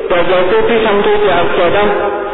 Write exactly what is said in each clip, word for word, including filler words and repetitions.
در جلسه پیش همونطور که عرض کردم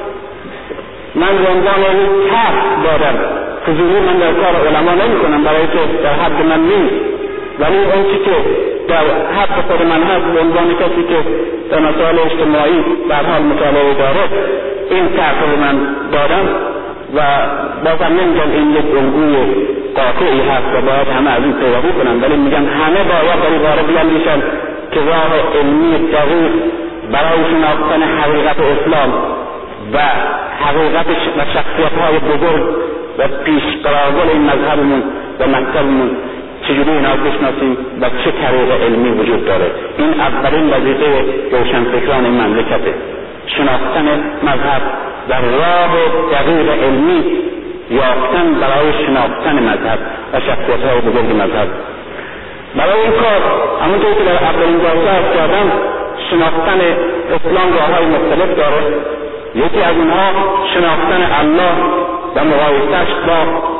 من به عنوان یک حرف دارم فضولی من در کار علما نمی کنم برای که در حد من نیست، ولی اون چی که در حد خود من هست به عنوان کسی که در مسائل اجتماعی در حال مطالعه داره این طرح رو من دارم و بازم نمیگم این یک الگوی قاطعی هست و باید همه از این پیروی کنن، ولی میگم همه باید در این باره بیاندیشن که راه علمی دقیق برای شناختن حقیقت اسلام و حقیقت و شخصیت‌های بزرگ و پیشقراول این مذهبمون و مکتبمون چجوری اینا بشناسیم و چه طریق علمی وجود داره. این اولین وظیفه روشنفکران این مملکته، شناختن مذهب و راه دقیق علمی یافتن برای شناختن مذهب و شخصیت‌های بزرگ مذهب. برای این کار همونطور که در اولین جلسه عرض کردم شناختن اسلام راه‌های مختلف داره. یکی از اونها شناختن الله و مقایسه‌اش با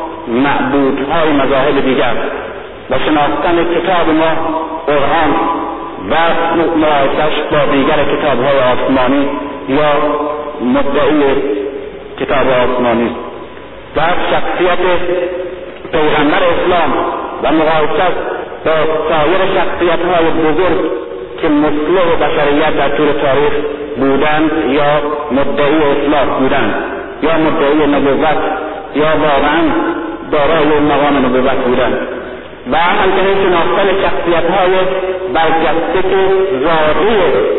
معبودهای مذاهب دیگر و شناختن کتاب ما قرآن و مقایسه‌اش با دیگر کتاب‌های آسمانی یا مدعی کتاب آسمانی و شخصیت پیغمبر اسلام و مقایسه‌اش با سایر شخصیت‌های بزرگ که مصلح بشریت در طول تاریخ بودند یا مدعی اصلاح بودند یا مدعی نبوت یا واقعا دارای مقام نبوت بودند و همچنین شناختن شخصیت‌های برجسته که ذاتی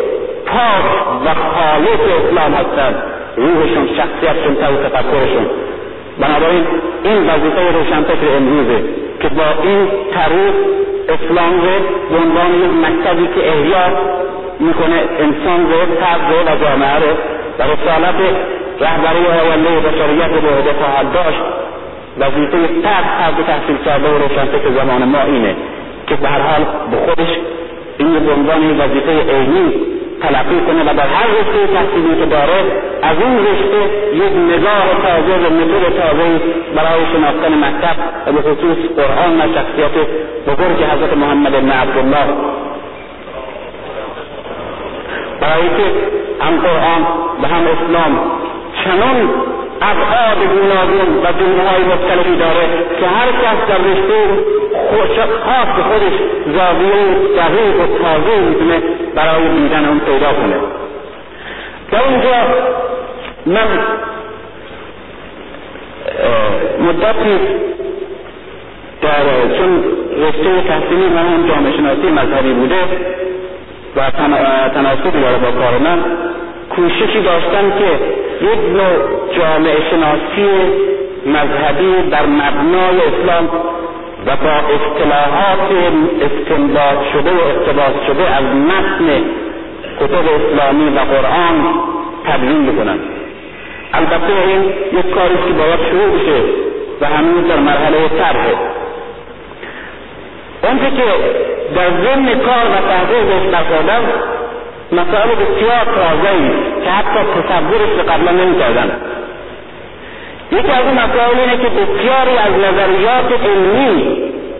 پاک و خالص اسلام هستند، روحشون، شخصیتشون، طرز تفکرشون. بنابراین این وظیفه روشنفکر امروزه که با این طریق اسلام رو به عنوان یک مکتبی که احیا میکنه انسان رو، فرد رو و جامعه رو و رسالت رهبری آینده بشریت رو به عهده خواهد داشت. وظیفه فرد فرد تحصیل کرده و روشنفکر زمان ما اینه که به هر حال به خودش این به عنوان وظیفه علمی تلقی کنه و در هر رشته تحصیلی که داره از این رشته یک نگاه تازه و متد تازه برای شناختن مکتب و به خصوص قرآن و شخصیت بزرگ حضرت محمد بن عبدالله، برای که هم قرآن و هم اسلام چنان ابعاد گوناگون و جنبه‌های مختلفی داره که هر کس در رشته خاص خودش زاویه دقیق و تازه میتونه برای دیدن اون پیدا کنه. در اونجا من مدتی در چون رشته تحصیلی من هم جامعه شناسی مذهبی بوده و تناسبی داره با کار من، کوششی داشتم که یک نوع جامعه شناسی مذهبی در مبنای اسلام و با اصطلاحات استنباط شده و اقتباس شده از متن کتب اسلامی و قرآن تبیین بکنم. البته این یک کاری که باید شروع بشه و هنوز در مرحله طرحه. اونچه که در ضمن کار و تحقیقش برخوردم مسائل بسیار تازه‌ای که حتی تصورش رو قبلا نمی‌کردم. یکی از این مسائل اینه که بسیاری از نظریات علمی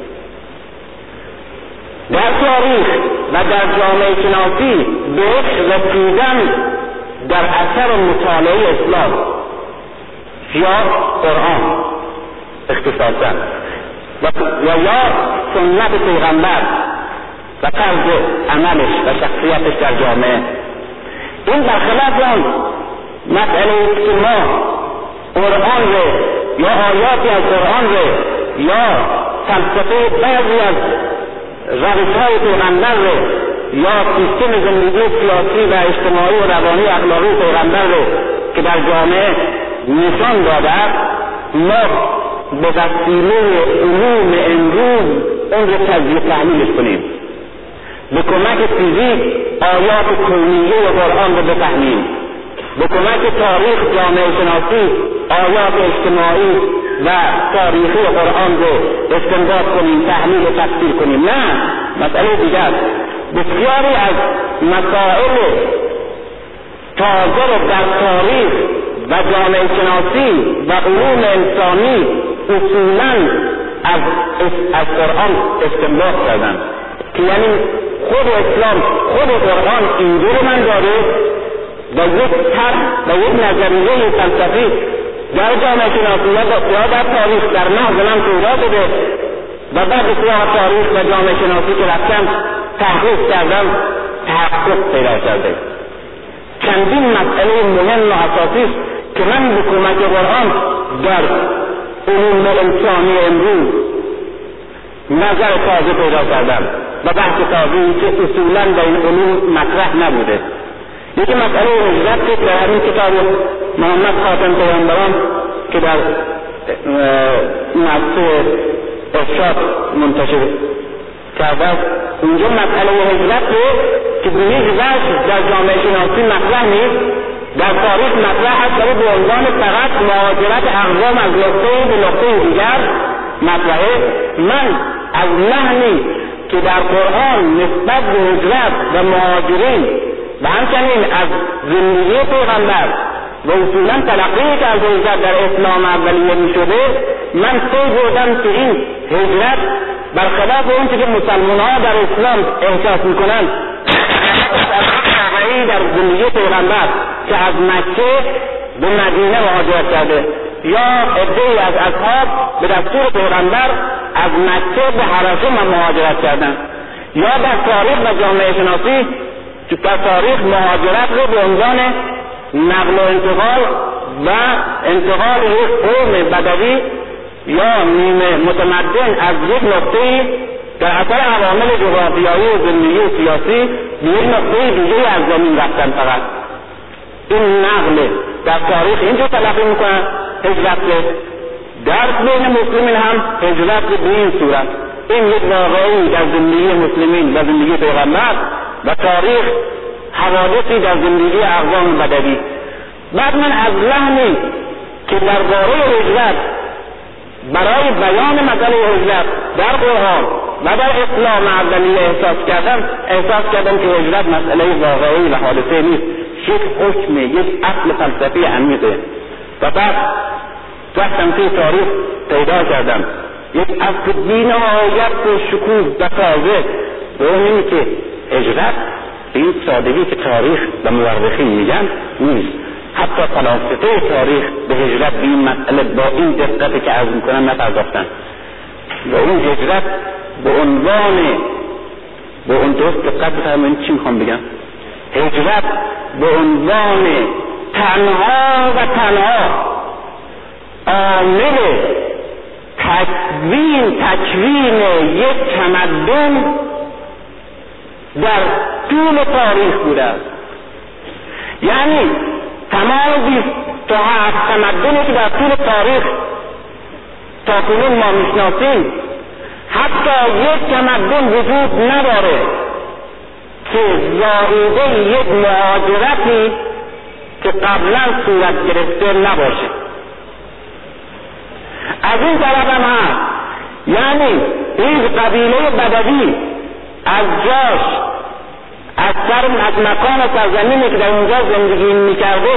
در تاریخ و در جامعه شناسی بهش رسیدن در اثر مطالعه اسلام یا قرآن اختصاصاً و یا سنت پیغمبر و طرز عملش و شخصیتش در جامعه. این برخلاف آن مسئله است که ما قرآن رو یا آیاتی از قرآن رو یا فلسفه بعضی از روش‌های پیغمبر رو یا سیستم زندگی سیاسی و اجتماعی و روانی اخلاقی پیغمبر رو که در جامعه نشان داده است ما به وسیله علوم امروز اون رو تجزیه تحلیلش کنیم، به کمک فیزیک آیات کونیه و قرآن رو بفهمیم، به کمک تاریخ جامعه شناسی آیات اجتماعی و تاریخی قرآن رو استنباط کنیم، تحلیل و تفسیر کنیم. نه، مسئله دیگر بسیاری از مسائل تازه رو در تاریخ و جامعه شناسی و علوم انسانی اصولاً از از قرآن استنباط کردن که یعنی خود اسلام، خود قرآن اینجور من داره با یک طرح و یک نظریه فلسفی در جامعه شناسی یا در تاریخ در مغز من پیدا شده و بعد سیاه تاریخ و جامعه شناسی که رفتم تحقیق کردم تحقق پیدا کرده. چندین مسئله مهم و اساسی است که من به کمک قرآن در علوم انسانی امروز نظر تازه پیدا کردم و بحث تازه‌ای که اصولاً در این علوم مطرح نبوده. یکی مسئله هجرت که در همین کتاب محمد خاتم پیامبران که در مؤسسه ارشاد منتشر کرده است، اونجا مسئله هجرت که به هیچ وجه در جامعه شناسی مطرح نیست، در تاریخ مطرح است ولی به عنوان فقط مهاجرت اقوام از نقطه‌ای به نقطه دیگر مطرحه. من از لحنی که در قرآن نسبت به هجرت و مهاجرین و همچنین از زندگی پیغمبر و اصولا تلقی که از هجرت در اسلام اولیه می شده، من پی بردم که این هجرت برخلاف اون که مسلمان ها در اسلام احساس می کنند در زندگی پیغمبر که از مکه به مدینه مهاجرت کرده یا عده‌ای از اصحاب به دستور پیغمبر از مکه به حبشه مهاجرت کردند، یا در تاریخ و جامعه شناسی در تاریخ مهاجرت رو به عنوان نقل و انتقال و انتقال یک قوم بدوی یا نیمه متمدن از یک نقطه‌ای در اثر عوامل جغرافیایی و زندگی و سیاسی به یک نقطه دیگه از زمین رفتن. فقط این نقل در تاریخ اینجا تلقی میکنن هجرت در بین مسلمین هم هجرت به این صورت. این یک واقعی در زندگی مسلمین و زندگی پیغمبر و تاریخ حوادثی در زندگی اقوام بدوی. بعد من از لحنی که درباره هجرت برای بیان مسئله هجرت در قرآن و در اسلام اولیه احساس کردم احساس کردم که هجرت مسئله واقعی و حادثه نیست، یک حکم، یک اصل فلسفی عمیقه. و بعد رفتم توی تاریخ پیدا کردم یک اصل بی‌نهایت و شکوه و تازه به اون اینه که هجرت به این سادگی که تاریخ و مورخین میگن نیست. حتی فلاسفه تاریخ به هجرت به این مسئله با این دقتی که عرض میکنن نپرداختن. و این هجرت به عنوان به اون درست دقت بفرمایید چی میخوام بگم، هجرت به عنوان تنها و تنها عامل تکوین تکوین یک تمدن در طول تاریخ بوده است. یعنی تمام بیست تا هفت تمدنی که در طول تاریخ تا کنون ما میشناسیم، حتی یک تمدن وجود نداره که زائده یک مهاجرتی که قبلا صورت گرفته نباشه. از این طرف هم هست، یعنی این قبیله بدوی از جاش از سر از مکان و سرزمینی که در اونجا زندگی میکرده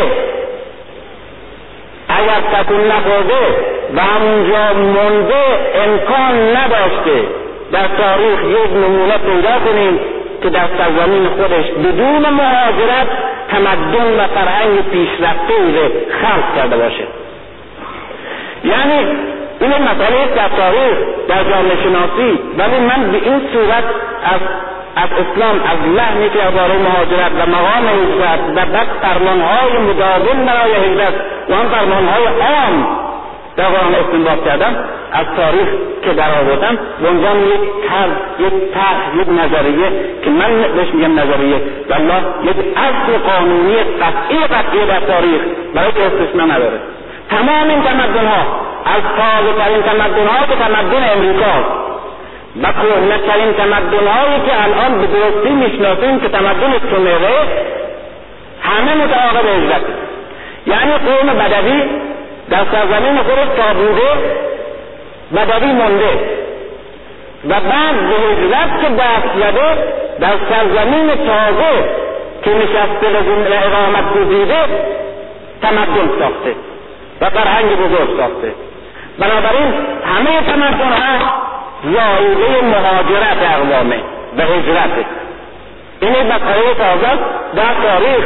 اگر تکون نخورده و همونجا مونده امکان نداشته در تاریخ یک نمونه پیدا کنیم که در سرزمین خودش بدون مهاجرت تمدن و فرهنگ پیشرفته رو خلق کرده باشه. یعنی این مسئله در تاریخ در جامعه شناسی، ولی من به این صورت از از اسلام از لحنی که درباره مهاجرت و مقام هجرت و بعد فرمانهای مداوم برای هجرت و آن فرمانهای عام در قرآن استنباط کردم، از تاریخ که در آوردم به عنوان یک طرح، یک طرح، یک نظریه که من بهش میگم نظریه، والله یک اصل قانونی قطعی قطعی در تاریخ برای که استثنا نداره. تمام این تمدن‌ها از تازه‌ترین تمدن‌ها که تمدن امریکا و کهنه‌ترین تمدن‌هایی که الان به درستی میشناسیم که تمدن سومره، همه متعاقب هجرت. یعنی قوم بدوی در سرزمین خودش تا بوده بدوی مونده و بعد به هجرت که دست زده در سرزمین تازه که نشسته و اقامت گزیده تمدن ساخته و فرهنگ بزرگ ساخته. بنابراین همه تمدن‌ها زائده مهاجرت اقوامه و هجرته. این یک مسئله تازه در تاریخ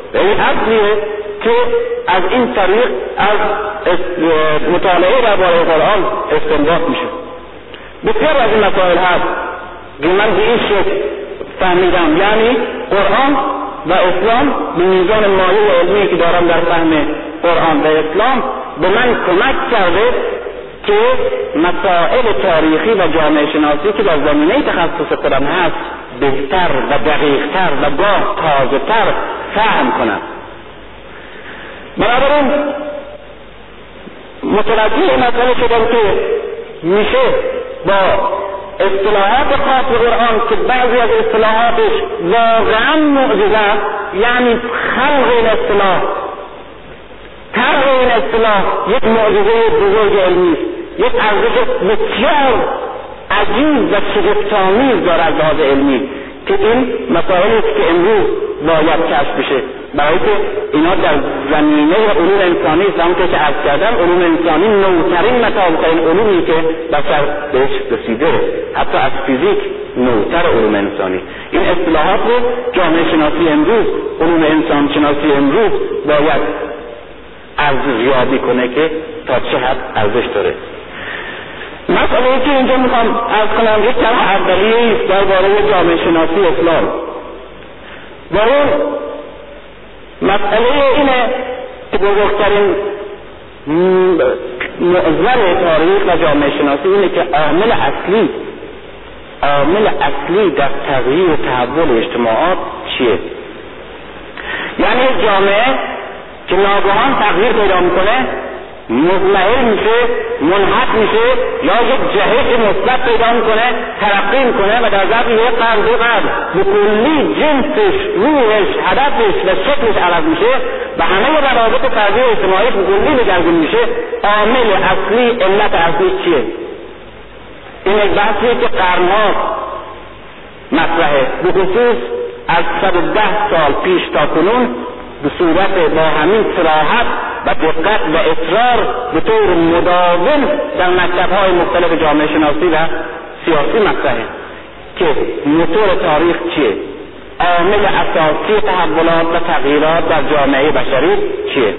و این اصلیه که از این طریق از مطالعه درباره قرآن استنباط میشه. بسیار از این مسائل هست که من به این شکل فهمیدم، یعنی قرآن و اسلام به میزان مایه علمی که دارم در فهم قرآن و اسلام به من کمک کرده که مسائل تاریخی و جامعه شناسی که در زمینه تخصص خودم هست بهتر و دقیقتر و گاه تازه‌تر فهم کنم. بنابراین متوجه مسئله شدم که میشه با اصطلاحات خاص قرآن که بعضی از اصطلاحاتش واقعا معجزه است، یعنی خلق این اصطلاح، طرح این اصطلاح یک معجزه بزرگ علمی است، یک ارزش بسیار عجیب و شگفت‌آمیز دارد از لحاظ علمی که این مسائلی است که امروز باید کشف بشه، برای که اینا در زمینه علوم انسانی است. همونطور که عرض کردم علوم انسانی نوترین مطابقترین علومی که بشر بهش رسیده، حتی از فیزیک نوتر علوم انسانی. این اصطلاحات رو جامعه شناسی امروز، علوم انسان شناسی امروز باید ارزیابی کنه که تا چه حد ارزش داره. مسئله که اینجا میخوام عرض کنم یک طرح اولیه است درباره جامعه شناسی اسلام و اون مسئله اینه که بزرگترین معضل تاریخ و جامعه شناسی اینه که عامل اصلی عامل اصلی در تغییر و تحول اجتماعات چیه؟ یعنی جامعه که ناگهان تغییر پیدا میکنه، مضمحل میشه، منحط میشه یا یک جهش مثبت پیدا میکنه، ترقی میکنه و در ظرف یک قرن دو قرن به کلی جنسش، روحش، هدفش و شکلش عوض میشه و همه روابط فردی و اجتماعی به کلی دگرگون میشه. عامل اصلی، علت اصلی چیه؟ این یک بحثیه که قرنها مطرحه، به خصوص از صد و ده سال پیش تا کنون به صورت با همین صراحت و دقت و اصرار به طور مداوم در مکتب‌های مختلف جامعه شناسی و سیاسی مطرحه که موتور تاریخ چیه؟ عامل اساسی تحولات و تغییرات در جامعه بشری چیه؟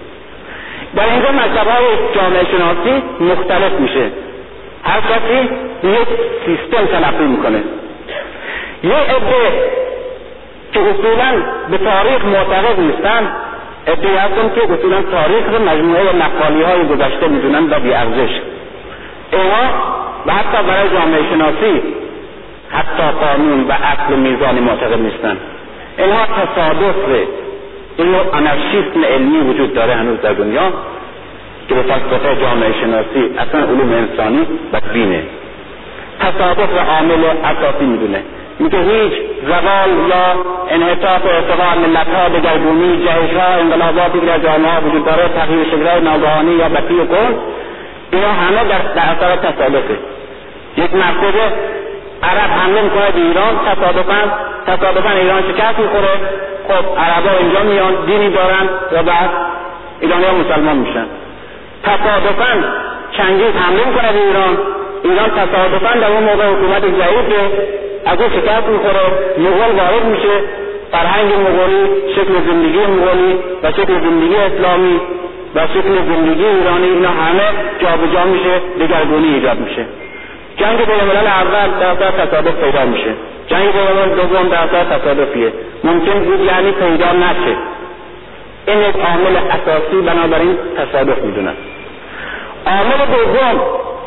در اینجا مکتب‌های جامعه شناسی مختلف میشه، هر کسی یک سیستم تلقی میکنه. یه عده که اصولاً به تاریخ معتقد نیستن، عده‌ای هستن که اصولاً تاریخ رو مجموعه نقالی‌های گذشته میدونن و بی‌ارزش. اینها و حتی برای جامعه شناسی حتی قانون و عقل و میزان معتقد نیستن. اینها تصادفه. این نوع آنارشیسم علمی وجود داره هنوز در دنیا که به فلسفه جامعه شناسی اصلا علوم انسانی بدبینه. تصادف و عامل اساسی میدونه، میگه هیچ زوال یا انحطاط و ارتقاء ملت‌ها، دگرگونی، جهش‌ها، انقلاباتی که در جامعه وجود داره، تغییر شکل‌های ناگهانی یا بطیء کن، اینا همه در اثر تصادفه. یک مرتبه عرب حمله میکنه به ایران، تصادفاً تصادفاً ایران شکست میخوره. خب عربا اینجا میان، دینی دارن و بعد ایرانی‌ها مسلمان میشن. تصادفاً چنگیز حمله میکنه به ایران، ایران تصادفاً در اون موقع حکومت ضعیفه، از اون شکست میخوره، مغول وارد میشه، فرهنگ مغولی، شکل زندگی مغولی و شکل زندگی اسلامی و شکل زندگی ایرانی اینا همه جابجا میشه، دگرگونی ایجاد میشه. جنگ بین‌الملل اول در اثر تصادف پیدا میشه، جنگ بین‌الملل دوم در اثر تصادفیه، ممکن بود یعنی پیدا نشه. این یک عامل اساسی بنابراین تصادف میدونن. عامل دوم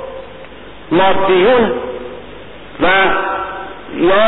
مادیون و یا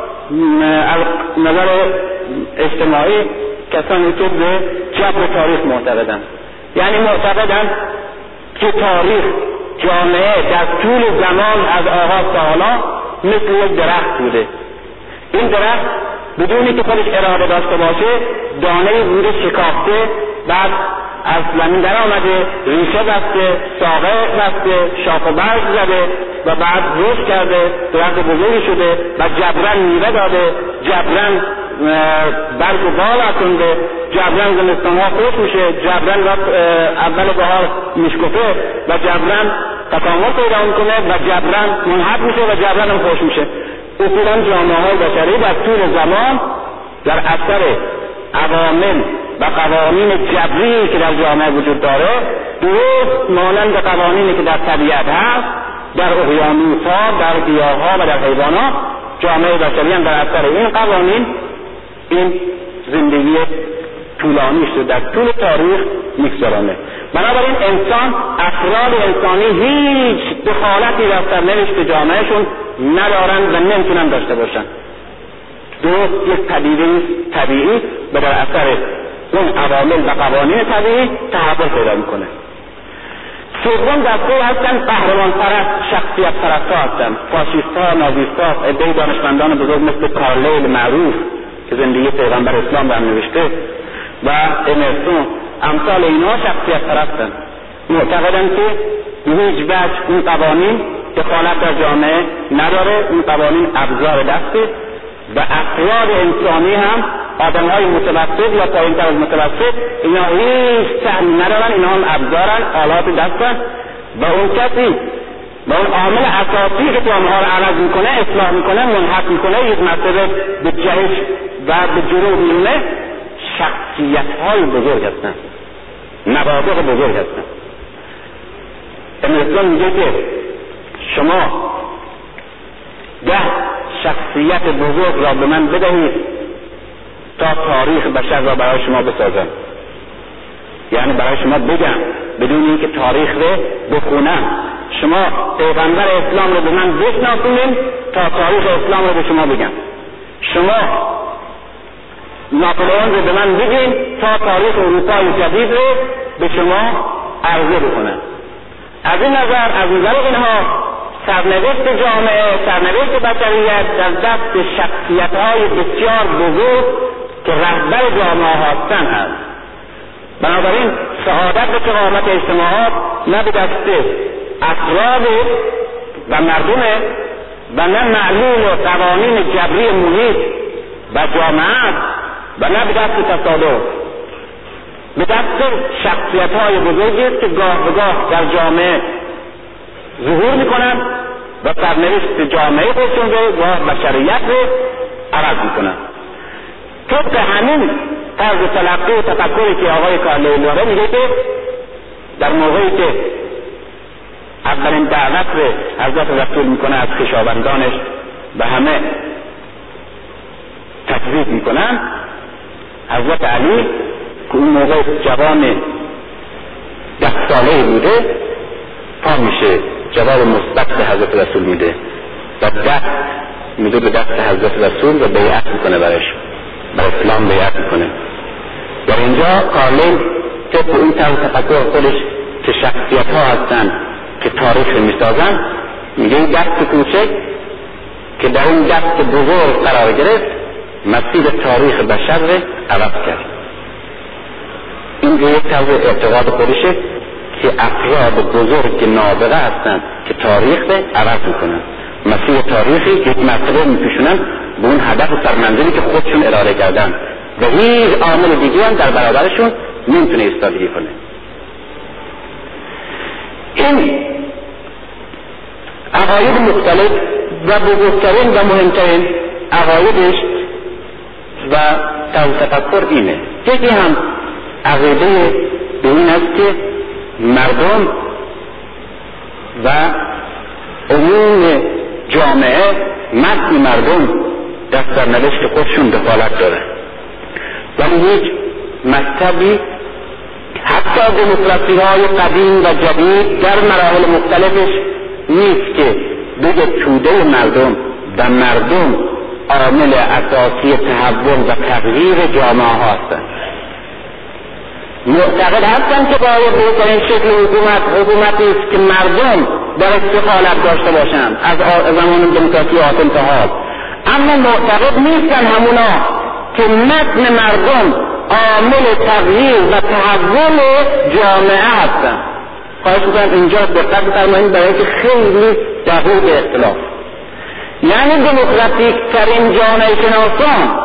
از نظر اجتماعی کسانی که به جبر تاریخ معتقدند، یعنی معتقدند که تاریخ جامعه در طول زمان از آغاز تا حالا مثل یک درخت بوده. این درخت بدونی که خودش اراده داشته باشه دانه بوده شکافته، بعد از زمین در آمده، ریشه بسته، ساقه بسته، شاخ و برگ زده و بعد رشد کرده، درخت بزرگی شده و جبران میوه داده، جبران برگ و بال افکنده، جبران زمستان‌ها خوش میشه، جبران وقت اول بهار میشکفه و جبران تکامل پیدا میکنه و جبران منحط میشه و جبران هم خوش میشه. اصولا جامعه‌های بشری در طول زمان در اثر عوامل و قوانین جبری که در جامعه وجود داره درست مانند قوانینی که در طبیعت هست، در اقیانوس‌ها، در گیاه‌ها و در حیوانات، جامعه بشری هم در اثر این قوانین این زندگی طولانی شده در طول تاریخ میگذرانه. بنابراین انسان، افراد انسانی هیچ دخالتی در سرنوشت جامعهشون ندارن و نمیتونن داشته باشن. درست یک پدیده طبیعی و در اثر اون عوامل و قوانین طبیعی تحول پیدا میکنه. سوم دسته هستن قهرمان پرست، شخصیت پرست ها هستن، فاشیست ها، نازیست ها، عده دانشمندان بزرگ مثل کارلیل معروف که زندگی پیغمبر اسلام رو نوشته و امرسون، امثال اینها شخصیت پرستن. معتقدن که به هیچ وجه اون قوانین دخالت در جامعه نداره، اون قوانین ابزار دسته و افراد انسانی هم آدم‌های متوسط یا پایین‌تر از متوسط اینا هیچ سهمی ندارن، اینا هم ابزارن، آلات دستن و اون کسی و اون عامل اساسی که جامعه ها رو عوض میکنه، اصلاح میکنه، منحط میکنه، یک مرتبه به جهش و به جلو میونه، شخصیت‌های بزرگ هستن، نوابغ بزرگ هستن. امروز میگه که شما ده شخصیت بزرگ را به من بدهید تا تاریخ بشر را برای شما بسازم، یعنی برای شما بگم بدون اینکه تاریخ رو بخونم. شما پیغمبر اسلام رو به من بشناسونید تا تاریخ اسلام رو به شما بگم. شما ناپلئون رو به من بگین تا تاریخ اروپای جدید رو به شما عرضه بکنم. از این نظر، از نظر اینها سرنوشت جامعه، سرنوشت بشریت در دست شخصیت‌های بسیار بزرگ که رهبر جامعه هستن هست. بنابراین سعادت و قامت اجتماعات نه به دست افراد و مردم و نه معلول قوانین جبری محیط و جامعه و نه به دست تصادف، به دست شخصیت‌های بزرگی است که گاه به گاه در جامعه ظهور میکنن و سرنوشت جامعه خودشون رو و بشریت رو عوض میکنن. طبق همین طرز تلقی و تفکری که آقای کارلیل داره، میگه که در موقعی که اولین دعوت رو حضرت رسول میکنه از خویشاوندانش و همه تکذیب میکنن، حضرت علی که اون موقع جوان ده ساله بوده پا میشه، جواب مثبت به حضرت رسول میده و دست میده به دست حضرت رسول و بیعت میکنه برش، بر اسلام بیعت میکنه. در اینجا کارلیل طبق اون طرز تفکر خودش که شخصیت ها هستن که تاریخ میسازن، میگه این دست کوچک که در این دست بزرگ قرار گرفت مسیر تاریخ بشر رو عوض کرد. این یک طرز اعتقاد خودشه که افراد بزرگ نابغه هستند که تاریخ رو عوض میکنن، مسیر تاریخی که یک مرتبه میپیشونن به اون هدف و سرمنزلی که خودشون اراده کردن و هیچ عامل دیگه هم در برابرشون نمیتونه ایستادگی کنه. این عقاید مختلف و بزرگترین و مهمترین عقایدش و طرز تفکر اینه. یکی هم عقیده به این است که مردم و عموم جامعه، متن مردم در سرنوشت خودشون دخالت داره، ولی هیچ مکتبی حتی دموکراسی های قدیم و جدید در مراحل مختلفش نیست که بگه توده مردم و مردم عامل اساسی تحول و تغییر جامعه ها هستند. معتقد هستند که باید به این شکل حکومت حکومتی است که مردم در دخالت داشته باشند از زمان دموکراسی آتن تا حال، اما معتقد نیستن همونا که متن مردم عامل تغییر و تحول جامعه هستند. خواهش میکنم اینجا دقت بفرمایید برای که خیلی دقیق به اختلاف. یعنی دموکراتیک ترین جامعه شناسان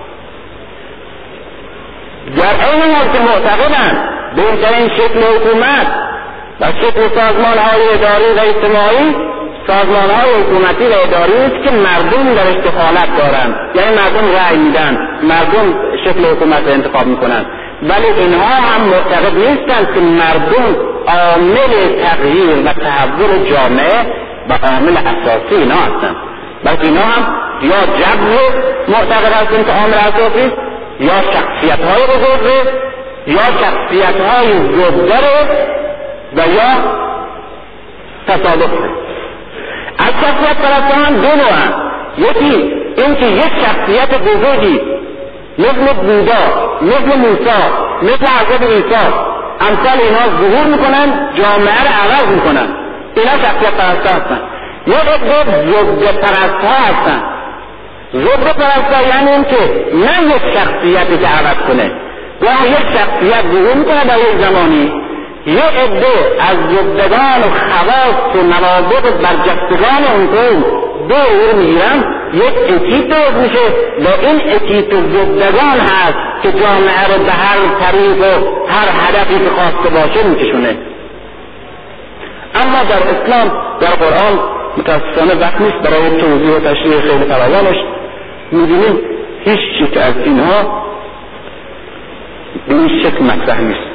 در این حال که معتقدند بهترین شکل حکومت و شکل سازمان های اداری و اجتماعی سازمان‌های حکومتی و اداری است که مردم درش دخالت دارند، یعنی مردم رأی میدن، مردم شکل حکومت رو انتخاب میکنن، ولی اینها هم معتقد نیستند که مردم عامل تغییر و تحول جامعه و عامل اساسی اینا هستند، بلکه اینا هم یا جبر معتقد هستند که عامل اساسی است، یا شخصیت‌های بزرگه، یا شخصیت‌های زبدره و یا تصادفه. از شخصیت پرستان دو نوعن، یکی اینکه یک شخصیت بزرگی مثل بودا، مثل موسی، مثل حضرت عیسی، امثال اینا ظهور میکنن، جامعه رو عوض میکنن، اینا شخصیت پرستا هستن. یک عده زبده پرستا هستن. زبده پرستا یعنی این که نه یک شخصیتی که عوض کنه، یا یک شخصیت ظهور میکنه در یک زمانی، یه عده از زبدگان و خواص و نوابق برجستگان اون قوم دور میگیرن، یک اکیپ درست میشه و این اکیپ زبدگان هست که جامعه رو به هر طریق و هر هدفی که خواسته باشه میکشونه. اما در اسلام، در قرآن متاسفانه وقت نیست برای توضیح و تشریح خیلی فراوانش، میبینیم هیچ چیز از اینها به این شکل مطرح نیست.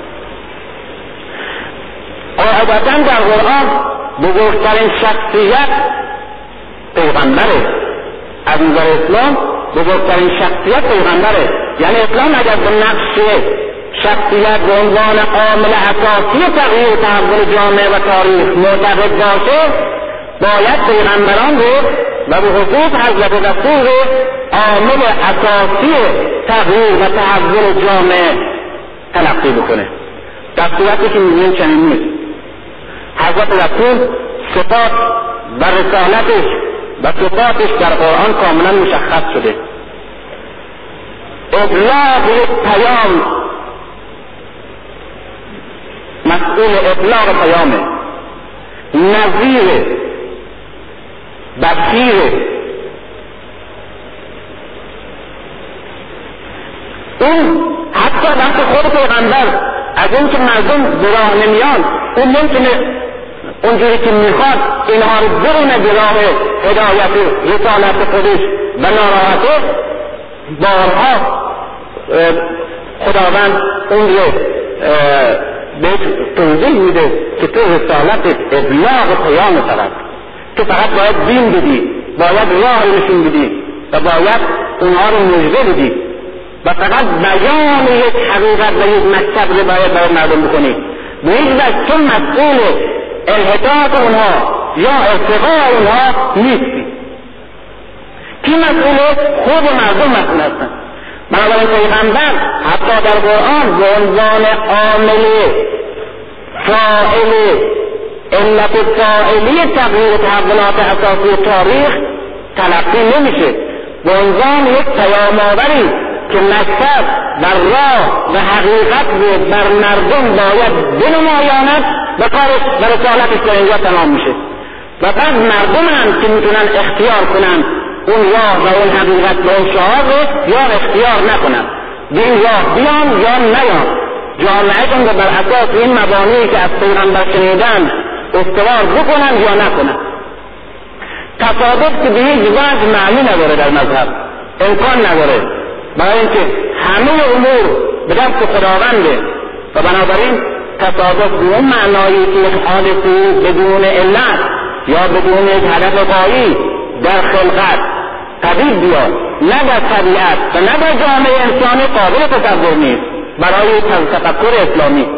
قاعدتاً در قرآن بزرگترین شخصیت پیغمبره. از نظر اسلام بزرگترین شخصیت پیغمبره، یعنی اسلام اگر به نقش شخصیت به عنوان عامل اساسی تغییر و تحول جامعه و تاریخ معتقد باشه، باید پیغمبران رو و به خصوص حضرت رسول رو عامل اساسی تغییر و تحول جامعه تلقی بکنه. در صورتی که می‌بینیم چنین نیست. حضرت رسول صفات و رسالتش و صفاتش در قرآن کاملا مشخص شده. ابلاغ یک پیام، مسئول ابلاغ پیامه، نذیر، بشیر. اون حتی وقت خود پیغمبر از این که مردم به راه نمیان، اون نمیتونه اونجوری که میخواد اینها رو برونه به راه هدایت رسالت خودش و ناراحته. بارها خداوند اون رو به توضیح میده که تو رسالت ابلاغ پیام طرف، تو فقط باید دین بدی، باید راه نشون بدی و باید اونها رو مژده بدی و فقط بیان یک حقیقت و یک مکتب رو باید برای مردم بکنی. به هیچ وجه تو مسئول انحطاط اونها یا ارتقاء اونها نیستی. کی مسئوله؟ خود مردم مسئول هستن. بنابراین پیغمبر حتی در قرآن به عنوان عامل فاعل علت فاعلی تغییر و تحولات اساسی تاریخ تلقی نمیشه، به عنوان یک پیام‌آوری که مکتب و راه و حقیقت رو بر مردم باید بنمایاند و کارش و رسالتش در اینجا تمام میشه. و بعد مردم هم که میتونن اختیار کنن اون راه و اون حقیقت و اون شعار رو یا اختیار نکنن، به این راه بیان یا نیان، جامعهشون رو بر اساس این مبانی که از پیغمبر شنیدن استوار بکنن یا نکنن. تصادف که به هیچ وجه معنی نداره در مذهب، امکان نداره، برای اینکه همه امور به دست خداونده و بنابراین تصادف به اون معنایی که یک حادثی بدون علت یا بدون یک هدف غایی در خلقت پدید بیاد، نه در طبیعت و نه در جامعه انسانی قابل تصور نیست برای تفکر اسلامی.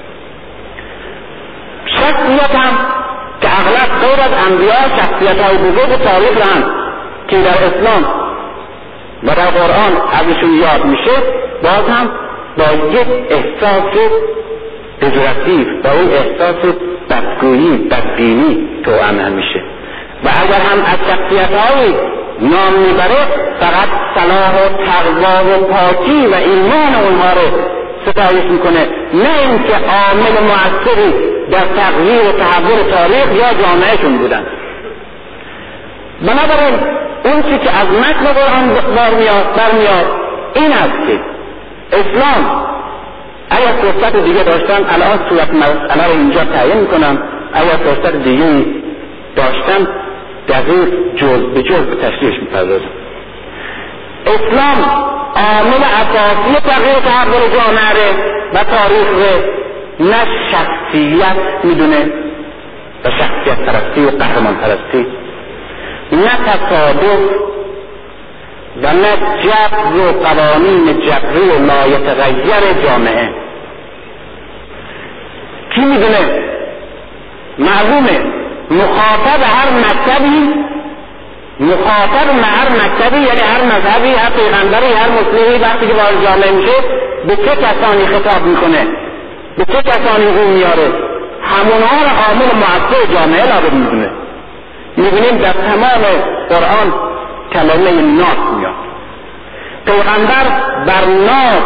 شخصیت هم که اغلب غیر از انبیا شخصیت های بزرگ تاریخ رهند که در اسلام و در قرآن ازشون یاد میشه، باز هم با یک احساس پژوهشی با اون احساس بدگویی بدبینی توأم میشه و اگر هم از شخصیت‌های نام میبره فقط صلاح و تقوا و پاکی و ایمان اونها رو ستایش میکنه، نه اینکه عامل مؤثری در تغییر و تحول تاریخ یا جامعهشون بودن. بنابراین اون چی که از متن قرآن برمیاد این است که اسلام اگر فرصت دیگه داشتن الان صورت مسئله رو اینجا تعیین میکنم، اگر فرصت دیگه داشتن دقیق جز به جز به تشریحش می‌پردازم. اسلام عامل اساسی تغییر تحول جامعه و تاریخ نه شخصیت میدونه و شخصیت پرستی و قهرمان پرستی، نه تصادف و نه جبر و قوانین جبری و لایتغیر جامعه. کی میدونه؟ معلومه مخاطب هر مکتبی، مخاطب هر مکتبی یعنی هر مذهبی، هر پیغمبری، هر مسلمی وقتی که وارد جامعه میشه به چه کسانی خطاب میکنه، به چه کسانی رو میاره؟ همونها را عامل مؤثر جامعه لابد میدونه. میبینیم در تمام قرآن کلمه ناس میاد. پیغمبر بر ناس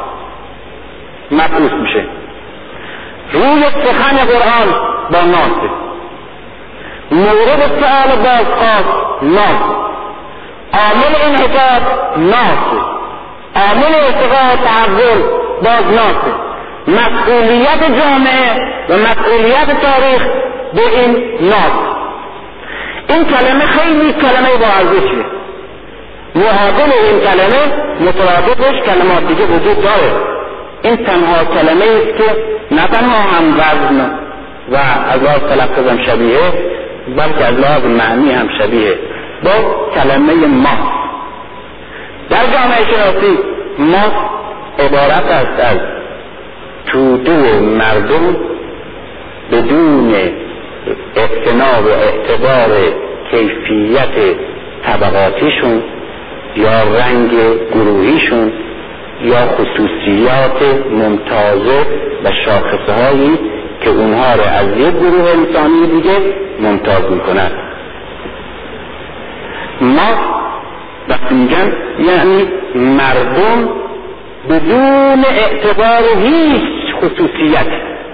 مبعوث میشه، روی سخن قرآن با ناسه، مورد سؤال بازخواست ناس، عامل انحطاط ناسه، عامل ارتقاء تحول باز ناسه. مسئولیت جامعه و مسئولیت تاریخ به این ناس. این کلمه خیلی کلمه با ارزشه. معادل این کلمه مترادفش کلمات دیگه وجود داره. این تنها کلمه است که نه تنها هم وزن و از لحاظ تلفظ هم شبیه، بلکه از لحاظ معنی هم شبیه با کلمه ما. در جامعه شناسی ما عبارت است از توده مردم بدون اعتنا و اعتبار کیفیت طبقاتیشون یا رنگ گروهیشون یا خصوصیات ممتازه و شاخصه هایی که اونها رو از یک گروه انسانی دیگه ممتاز میکنند. ما وقتی میگن یعنی مردم بدون اعتبار هیچ خصوصیت،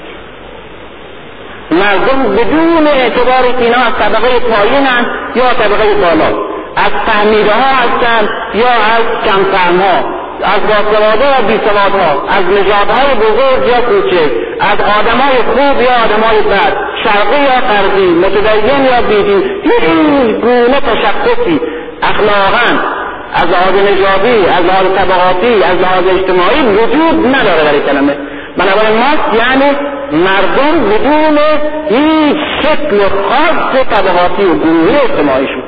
مردم بدون اعتبار که اینا از طبقه پایینن یا طبقه بالا، از فهمیده ها هستن یا از کم فهم ها، از باسواده و بیسواد ها، از نژادهای بزرگ یا کوچک، از آدمای خوب یا آدمای بد، شرقی یا غربی، متدین یا بیدین، هیچ گونه تشخصی اخلاقاً از لحاظ نژادی، از لحاظ طبقاتی، از لحاظ اجتماعی وجود نداره در این کلمه. بنابراین ما یعنی مردم بدون هیچ شکل خاص طبقاتی و گروهی اجتماعیشون.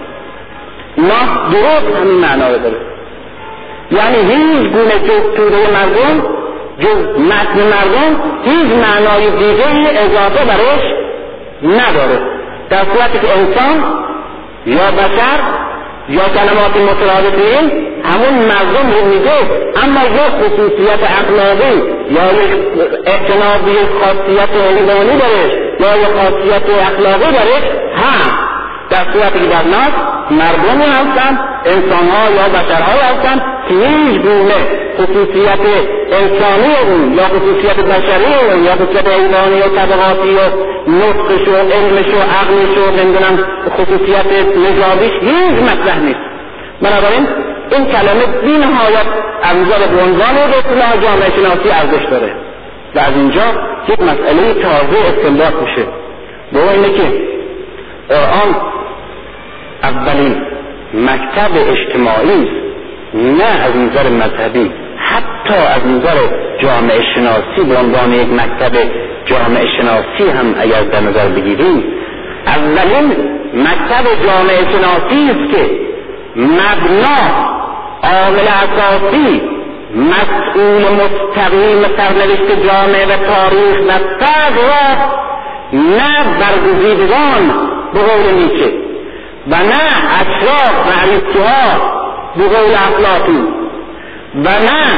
ما درست همین معنا رو داره، یعنی هیچ گونه جز توده مردم، جز متن مردم هیچ معنای دیگه اضافه برش نداره، در صورتی که انسان یا بشر یا کلمات مترادفین همون مردم رو میگه، اما یک خصوصیت اخلاقی یا یک اعتنا به یک خاصیت حیوانی درش یا یک خاصیت اخلاقی درش هم، در صورتی که در ناس مردمی هستن، انسانها یا بشرهای هستن که هیچ گونه خصوصیت انسانی اون یا خصوصیت بشری اون یا خصوصیت حیوانی و طبقاتی و نطقش و علمش و عقلش و نمیدونم خصوصیت نژادیش هیچ مطرح نیست. بنابراین این کلمه بی نهایت از نظر به عنوان به اصطلاح جامعه شناسی ارزش داره و از اینجا یک مسئله تازه استنباط میشه. با اینه که قرآن اولین مکتب اجتماعی نه از نظر مذهبی، حتی از نظر جامعه شناسی به عنوان یک مکتب جامعه شناسی هم اگر در نظر بگیریم، اولین مکتب جامعه شناسی است که مبنا، عامل اساسی، مسئول مستقیم سرنوشت جامعه و تاریخ و فرد را نه برگزیدگان به قول نیچه و نه اشراف و اریستوها به قول افلاطون و نه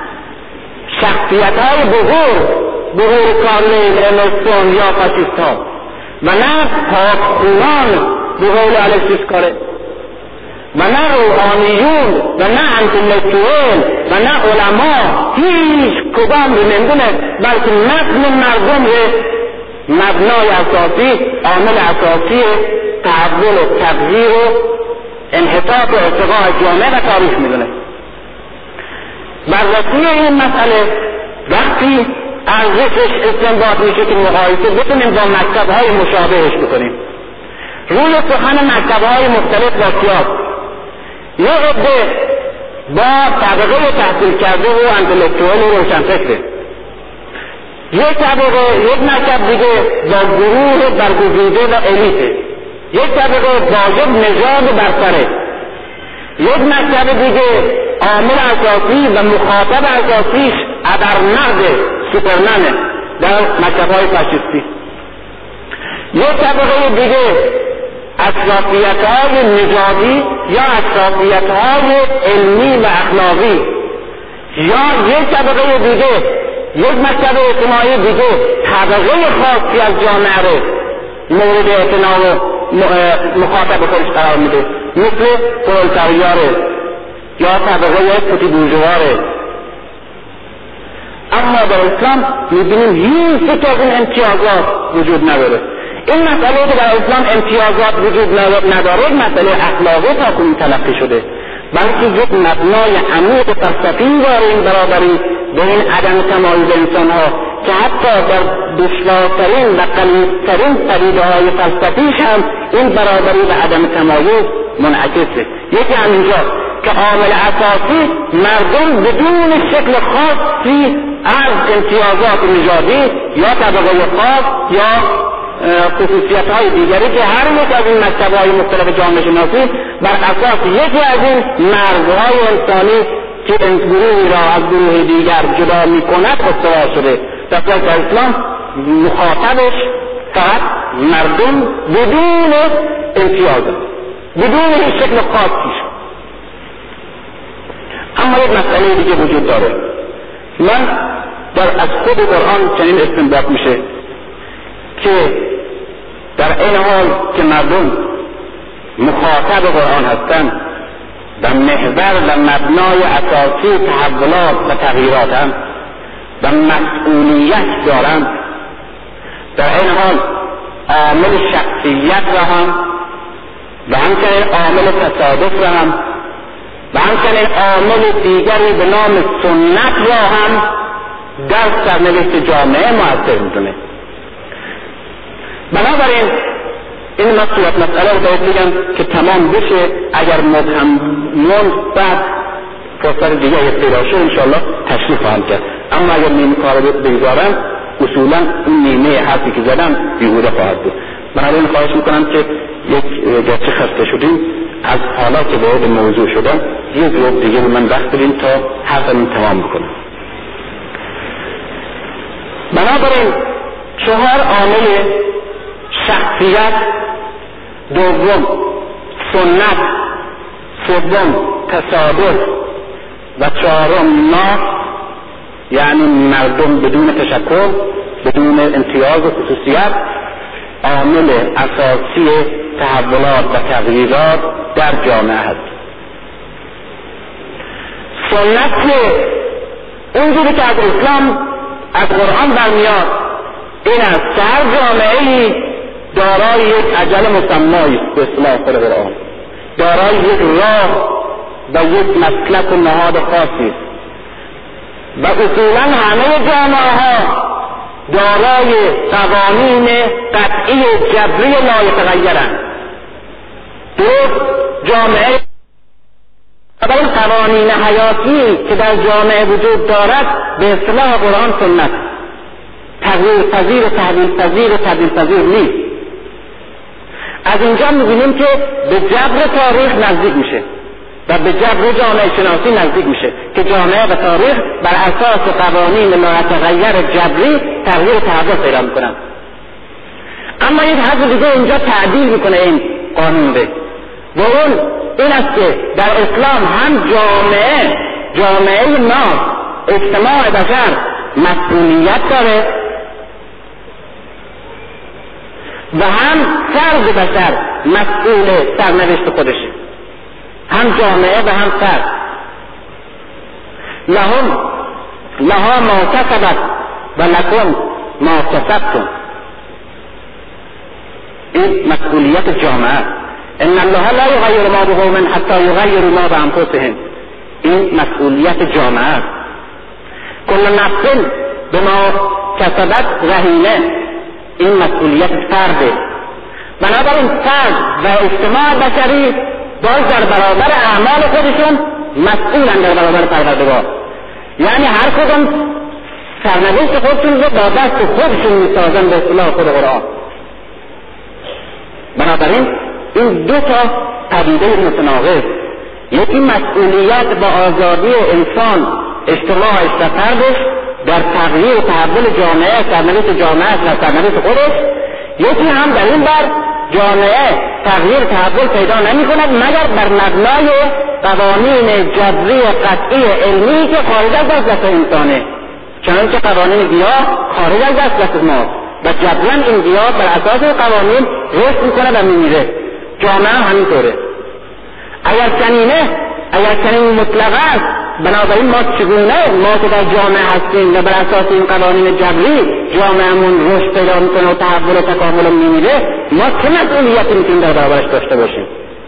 شخصیت‌های بزرگ به قول کارل ارنستون یا فاشیست‌ها و نه پاکخونان به قول الکسیس کاره و نه روحانیون و نه انتلکتوئل و نه علما، هیچ کدام رو نمیدونه، بلکه متن مردم رو مبنای اساسی، عامل اساسی تحول و تغییر و انحطاط و ارتقاء جامعه و تاریخ میدونه. بررسی این مسئله وقتی ارزشش استنباط میشه که مقایسه بکنیم با مکتب‌های مشابهش بکنیم. روی سخن مکتب‌های مختلف با سیاست. یه عده با طبقه تحصیل کرده و انتلکتوال و روشنفکره، یک طبقه یک مکتب دیگه با گروه برگزیده و الیته، یک طبقه واجب نژاد برتره، یک مکتب دیگه عامل اساسی و مخاطب اساسیش ابرمغز سوپرمنه در مکتب‌های فاشیستی، یک طبقه دیگه اساسیت‌های نژادی یا اساسیت‌های علمی و اخلاقی، یا یک طبقه دیگه یک مکتب اجتماعی دیگه طبقه خاصی از جامعه رو مورد اعتنا و مخاطب خودش قرار میده، مثل پرولتاریاره یا طبقه پوتی بورژواره. اما در اسلام میبینیم هیچ یک از این امتیازات وجود نداره. این مسئله که در اسلام امتیازات وجود نداره مسئله اخلاقی تاکنون تلقی شده، بلکه یک مبنای عمیق فلسفی داره این برابری بین عدم تمایز انسان‌ها که حتی در دشوارترین و غلیظترین پدیده‌های فلسفیش هم این برابری و عدم تمایز منعکسه. یکی همینجا که عامل اساسی مردم بدون شکل خاصی از امتیازات نژادی یا طبقه خاص یا خصوصیت‌های دیگری که هر یک از این مکتب‌های مختلف جامعه شناسی بر اساس یکی از این مرزهای انسانی که گروهی را از گروه دیگر جدا می‌کند استوار شده. در اسلام مخاطبش فقط مردم بدون امتیاز، بدون هیچ شکل خاصی. اما یک مسئله دیگه وجود داره. من در از خود قرآن چنین استنباط میشه که در این حال که مردم مخاطب قرآن هستند و محور و مبنای اساسی تحولات و تغییرات هم و مسئولیت دارند، در این حال عامل شخصیت را هم و همچنین عامل تصادف را هم و همچنین عامل دیگری به نام سنت را هم در سرنوشت جامعه مؤثر می‌دونه. بنابراین این مسئولیت مسئله رو باید بگم که تمام بشه. اگر مبهم موند بعد فرصت دیگه پیدا شد انشاءالله تشریح خواهم کرد، اما اگر نیمه کار رو بگذارم اصولا اون نیمه حرفی که زدم بیهوده خواهد بود. بنابراین خواهش میکنم که یک گرچه خسته شدیم از حالا که باید موضوع شدم یک روب دیگه به من وقت بدیم تا حرفمون تمام بکنم. بنابراین چهار عامل شخصیت، دوم سنت، سوم تصادف و چهارم ناس، یعنی مردم بدون تشکل، بدون امتیاز و خصوصیت، عامل اساسی تحولات و تغییرات در جامعه هست. سنت که اونجوری که از اسلام از قرآن برمیاد این است که هر جامعه‌ای دارای یک اجل مسمایی به اصطلاح خود قرآن، دارای یک راه و یک مسلک و نهاد خاصی و اصولا همه جامعه‌ها دارای قوانین قطعی جبری لایتغیرند. درست جامعه و این قوانین حیاتی که در جامعه وجود دارد به اصطلاح قرآن سنت تغییر پذیر و تحویل پذیر و تبدیل پذیر نیست. از اینجا می‌بینیم که به جبر تاریخ نزدیک میشه و به جبر جامعه شناسی نزدیک میشه که جامعه و تاریخ بر اساس قوانین لایتغیر جبری تغییر و تحول پیدا میکنن. اما یک حد دیگه اینجا تعدیل میکنه این قانون ده و اون این است که در اسلام هم جامعه جامعه ما اجتماع بشر مسئولیت داره و هم فرد بشر مسئول سرنوشت خودشه، هم جامعه و هم فرد. لهم لها ما کسبت و لکم ما کسبتم. این مسئولیت جامعه. ان الله لا یغیر ما بقوم حتی یغیروا ما بانفسهم. این مسئولیت جامعه. کل نفس بما کسبت رهینه. این مسئولیت فرده بنابراین فرد و اجتماع بشری باز در برابر اعمال خودشون مسئولن در برابر پروردگار. یعنی هر کدوم سرنوشت خودشون رو با دست خودشون میسازن به اصطلاح خود قرآن. بنابراین این دو تا پدیده متناقض، یکی مسئولیت با آزادی انسان اجتماعش و فردش در تغییر و تحول جامعه، سرنوشت جامعه و سرنوشت خودش، یکی هم در این بر جامعه تغییر تحول پیدا نمی کند مگر بر مبنای قوانین جبری قطعی علمی که خارج از دست انسانه، چنانچه قوانین گیاه خارج از دست ماست و جبران این گیاه بر اساس قوانین رشد میکنه و میمیره. جامعه همینطوره. اگر چنینه، اگر چنین مطلق است، بنابراین ما چگونه ما که در جامعه هستیم و بر اساس این قوانین جبری جامعهمون رشد پیدا میکنه و تحول و تکامل میمیره، ما چه مسئولیتی میتونیم در برابرش داشته باشیم؟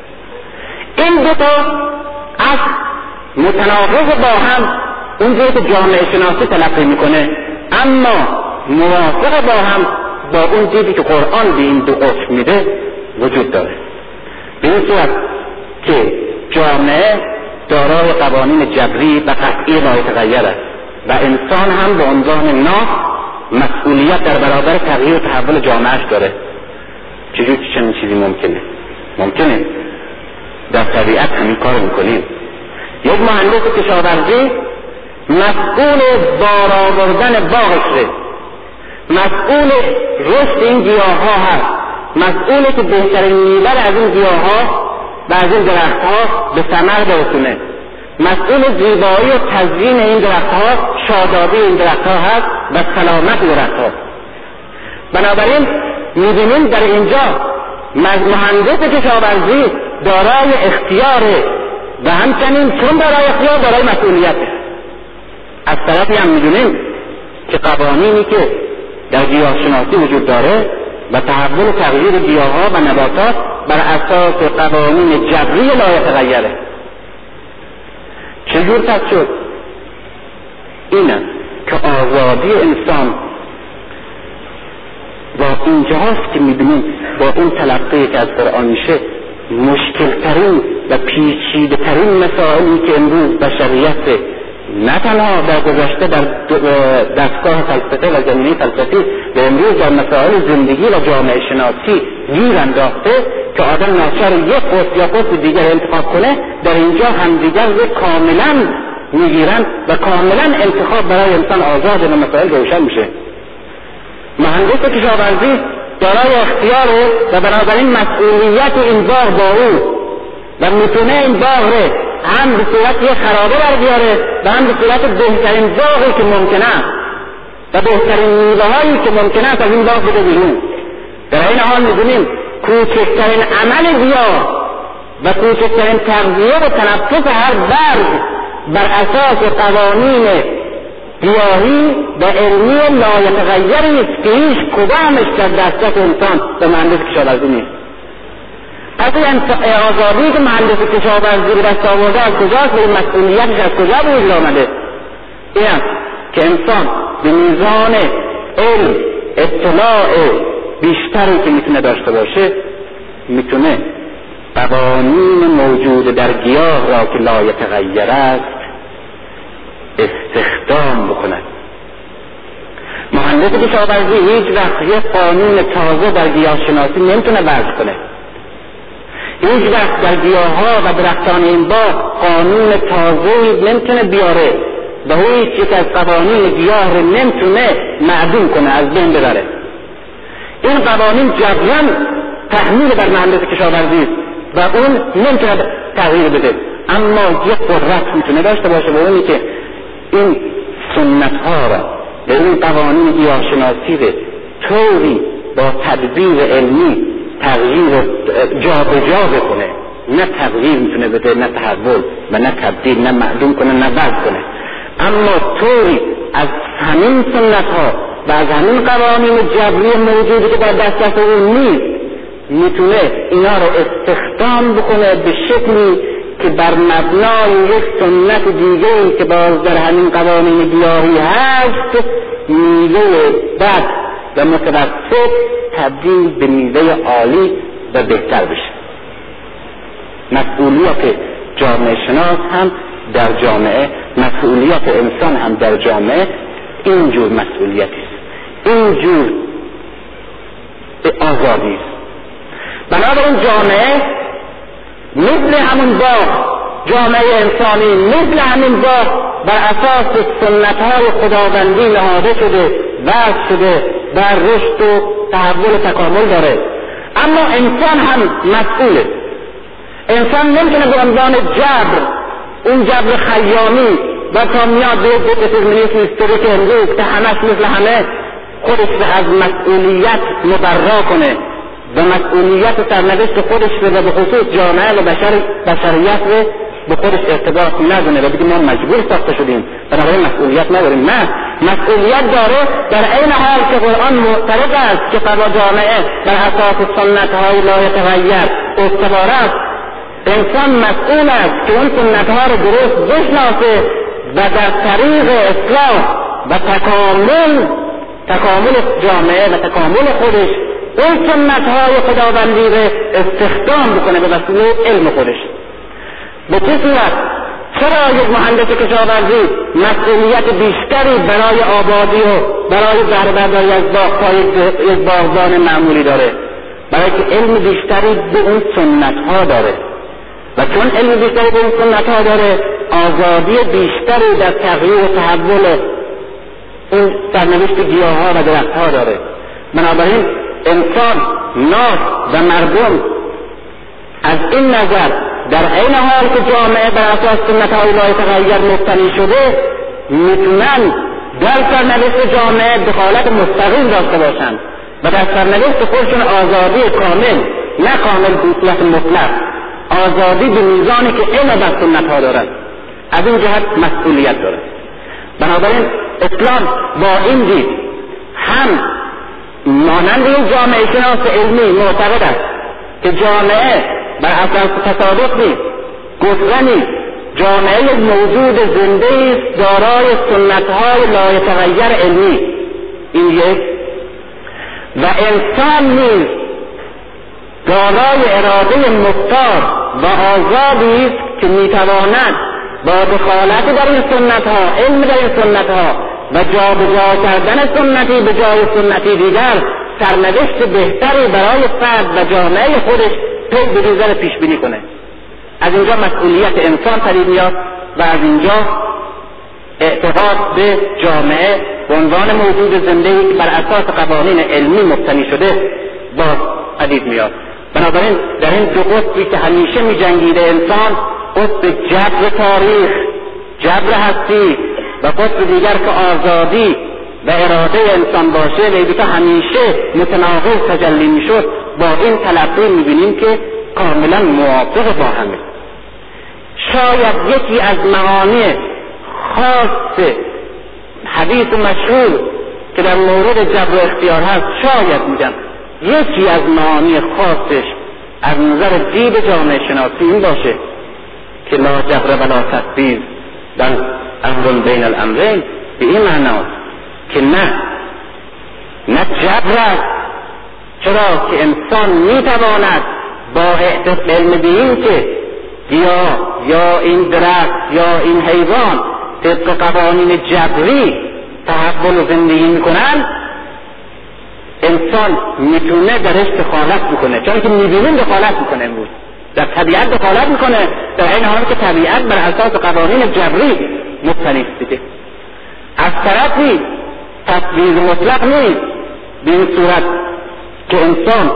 این دو تا از متناقض با هم اونجوری که جامعه شناسی تلقی میکنه، اما موافق با هم با اون دیدی که قرآن به این دو قطب میده وجود داره. به این صورت که جامعه دارای قوانین جبری و قطعی لایتغیر است و انسان هم به عنوان ناف مسئولیت در برابر تغییر و تحول جامعهش داره. چجور چنین چیزی ممکنه؟ ممکنه در طبیعت همین کار میکنیم. یک مهندس کشاورزی مسئول بار آوردن باغشه، مسئول رشد این گیاه ها هست، مسئوله که بهترین میوه از این گیاه ها و از این درخت ها به ثمر برسونه، مسئول زیبایی و تزیین این درخت ها، شادابی این درخت ها هست و سلامت درخت ها. بنابراین میبینیم در اینجا مهندس کشاورزی دارای اختیاره و همچنین چون دارای اختیار دارای مسئولیته. از طرفی هم میدونیم که قوانینی که در گیاهشناسی وجود داره و تحول و تغییر گیاه‌ها و نباتات بر اساس قوانین جبری لایتغیره. چجور پس شد؟ این است که آزادی انسان و اینجاست که می‌بینیم با اون تلقی که از قرآن میشه مشکل‌ترین و پیچیده‌ترین مسائلی که امروز بشریت نه تنها در گذشته در دستگاه فلسفه و زمینه فلسفی و امروز در مسائل زندگی و جامعه شناسی گیر انداخته که آدم ناچار یک قطب یا قطب دیگر انتخاب کنه، در اینجا همدیگر رو کاملا میگیرن و کاملا انتخاب برای انسان آزاد و مسائل روشن میشه. مهندس کشاورزی دارای اختیاره و بنابراین مسئولیت این باغ با او و میتونه این باغ رو هم به صورت یه خرابه بر بیاره و هم به صورت بهترین باغی که ممکنه است و بهترین میوه‌هایی که ممکنه است از این باغ بده بیرون. در این حال می‌دونیم کوچکترین عمل گیاه و کوچکترین تغذیه و تنفس هر برگ بر اساس قوانین گیاهی و علمی لایتغیری است که هیچ کدامش در دسترس انسان و مهندس کشاورزی نیست. پس این آزادی که مهندس کشاورزی به دست آورده از کجاست و این مسئولیتش از کجا به وجود آمده؟ این است که انسان به میزان علم اطلاع بیشتری که میتونه داشته باشه میتونه قوانین موجود در گیاه را که لایتغیر است استخدام بکند. مهندس کشاورزی هیچ وقت یک قانون تازه در گیاه شناسی نمیتونه وضع کنه. هیچ وقت در گیاه‌ها و درختان این باغ قانون تازه‌ای نمیتونه بیاره و هیچ یک از قوانین گیاه رو نمیتونه معدوم کنه، از بین ببره. این قوانین جبران تحمیل بر مهندس کشاورزی و اون نمیتونه تغییر بده، اما یک قدرت میتونه داشته باشه و اونی که این سنت‌ها را به این قوانین گیاهشناسی رو طوری با تدبیر علمی تغییر جا به جا بکنه، نه تغییر میتونه بده، نه تحول و نه تبدیل، نه معدوم کنه، نه وضع کنه، اما طوری از همین سنت ها و از همین قوانین جبری موجودی که در دسترس اون نیست میتونه اینا رو استخدام بکنه به شکلی که بر مبنای یک سنت دیگه‌ای که باز در همین قوانین گیاهی هست میوه بد و متوسط تبدیل به میوه عالی و بهتر بشه. مسئولیت جامعه شناس هم در جامعه، مسئولیت انسان هم در جامعه اینجور مسئولیتی است، اینجور آزادی است. بنابراین جامعه مثل همون باغ، جامعه انسانی مثل همین باغ بر اساس سنت‌های خداوندی نهاده شده، وضع شده، بر رشد و تحول و تکامل داره. اما انسان هم مسئوله. انسان نمیتونه به عنوان جبر، اون جبر خیامی و تا میاد به یک دترمینیسم هیستوریک امروز که همش مثل همه خودش به از مسئولیت مبرا کنه و مسئولیت سرنوشت خودش رو و به خصوص جامعه و بشر بشریت رو به خودش ارتباط ندونه و بگه ما مجبور ساخته شدیم بنابراین مسئولیت نداریم. نه، مسئولیت داره در عین حال که قرآن معترض است که فضا جامعه بر اساس سنت‌های لا یتغیر استوار است. انسان مسئول است که اون سنت‌ها رو درست بشناسه و در طریق اصلاح و تکامل تکامل جامعه و تکامل خودش اون سنت‌های خداوندی رو استخدام بکنه به وسیله علم خودش. به چه صورت؟ چرا یک مهندس کشاورزی مسئولیت بیشتری برای آبادی و برای بهره‌برداری از باغ‌های یک باغبان معمولی داره؟ برای که علم بیشتری به اون سنت‌ها داره و چون علم بیشتری به اون سنت‌ها داره آزادی بیشتری در تغییر و تحول اون سرنوشت گیاه‌ها و درخت‌ها داره. بنابراین انسان، ناس و مردم از این نظر در عین حال که جامعه بر اساس سنت‌های لا یتغیر مبتنی شده میتونن در سرنوشت جامعه دخالت مستقیم داشته باشند و در سرنوشت خودشون آزادی کامل، نه کامل به صورت مطلق، آزادی به میزانی که علم بر سنت‌ها دارد، از این جهت مسئولیت داره. بنابراین اسلام با این دید هم مانند این جامعه شناس علمی معتقد است که جامعه بر اساس تصادف نیست، گذره نیست، جامعه یک موجود زنده است دارای سنت‌های لا یتغیر علمی، این یک، و انسان نیز دارای اراده مختار و آزادی است که میتواند با دخالت در این سنت‌ها، علم در این سنت‌ها و جابجا کردن سنتی به جای سنتی دیگر سرنوشت بهتری برای فرد و جامعه خودش پی به نظر پیش بینی کنه. از اینجا مسئولیت انسان پدید میاد و از اینجا اعتقاد به جامعه به عنوان موجود زنده‌ای که بر اساس قوانین علمی مبتنی شده باز پدید میاد. بنابراین در این دو قطبی که همیشه می جنگیده انسان، قطب جبر تاریخ، جبر هستی و قطب دیگر که آزادی و اراده انسان باشه، لیلی که همیشه متناقض تجلی می شد، با این تلقی می بینیم که کاملا موافق با همه. شاید یکی از معانی خاص حدیث مشهور که در مورد جبر و اختیار هست، شاید میگم یکی از معانی خاصش از نظر دید جامعه شناسی این باشه که لا جبر ولا تثبیت در امر بین الامرین، به این معناست که نه نه جبر است، چرا که انسان میتواند با علم به این که گیاه یا این درخت یا این حیوان طبق قوانین جبری تحول و زندگی میکنن، انسان میتونه درش دخالت میکنه، چون که میبینیم دخالت میکنه، امروز در طبیعت دخالت میکنه، در این حال که طبیعت بر اساس قوانین جبری مبتنی است. از طرفی تفویض مطلق نیست به این صورت که انسان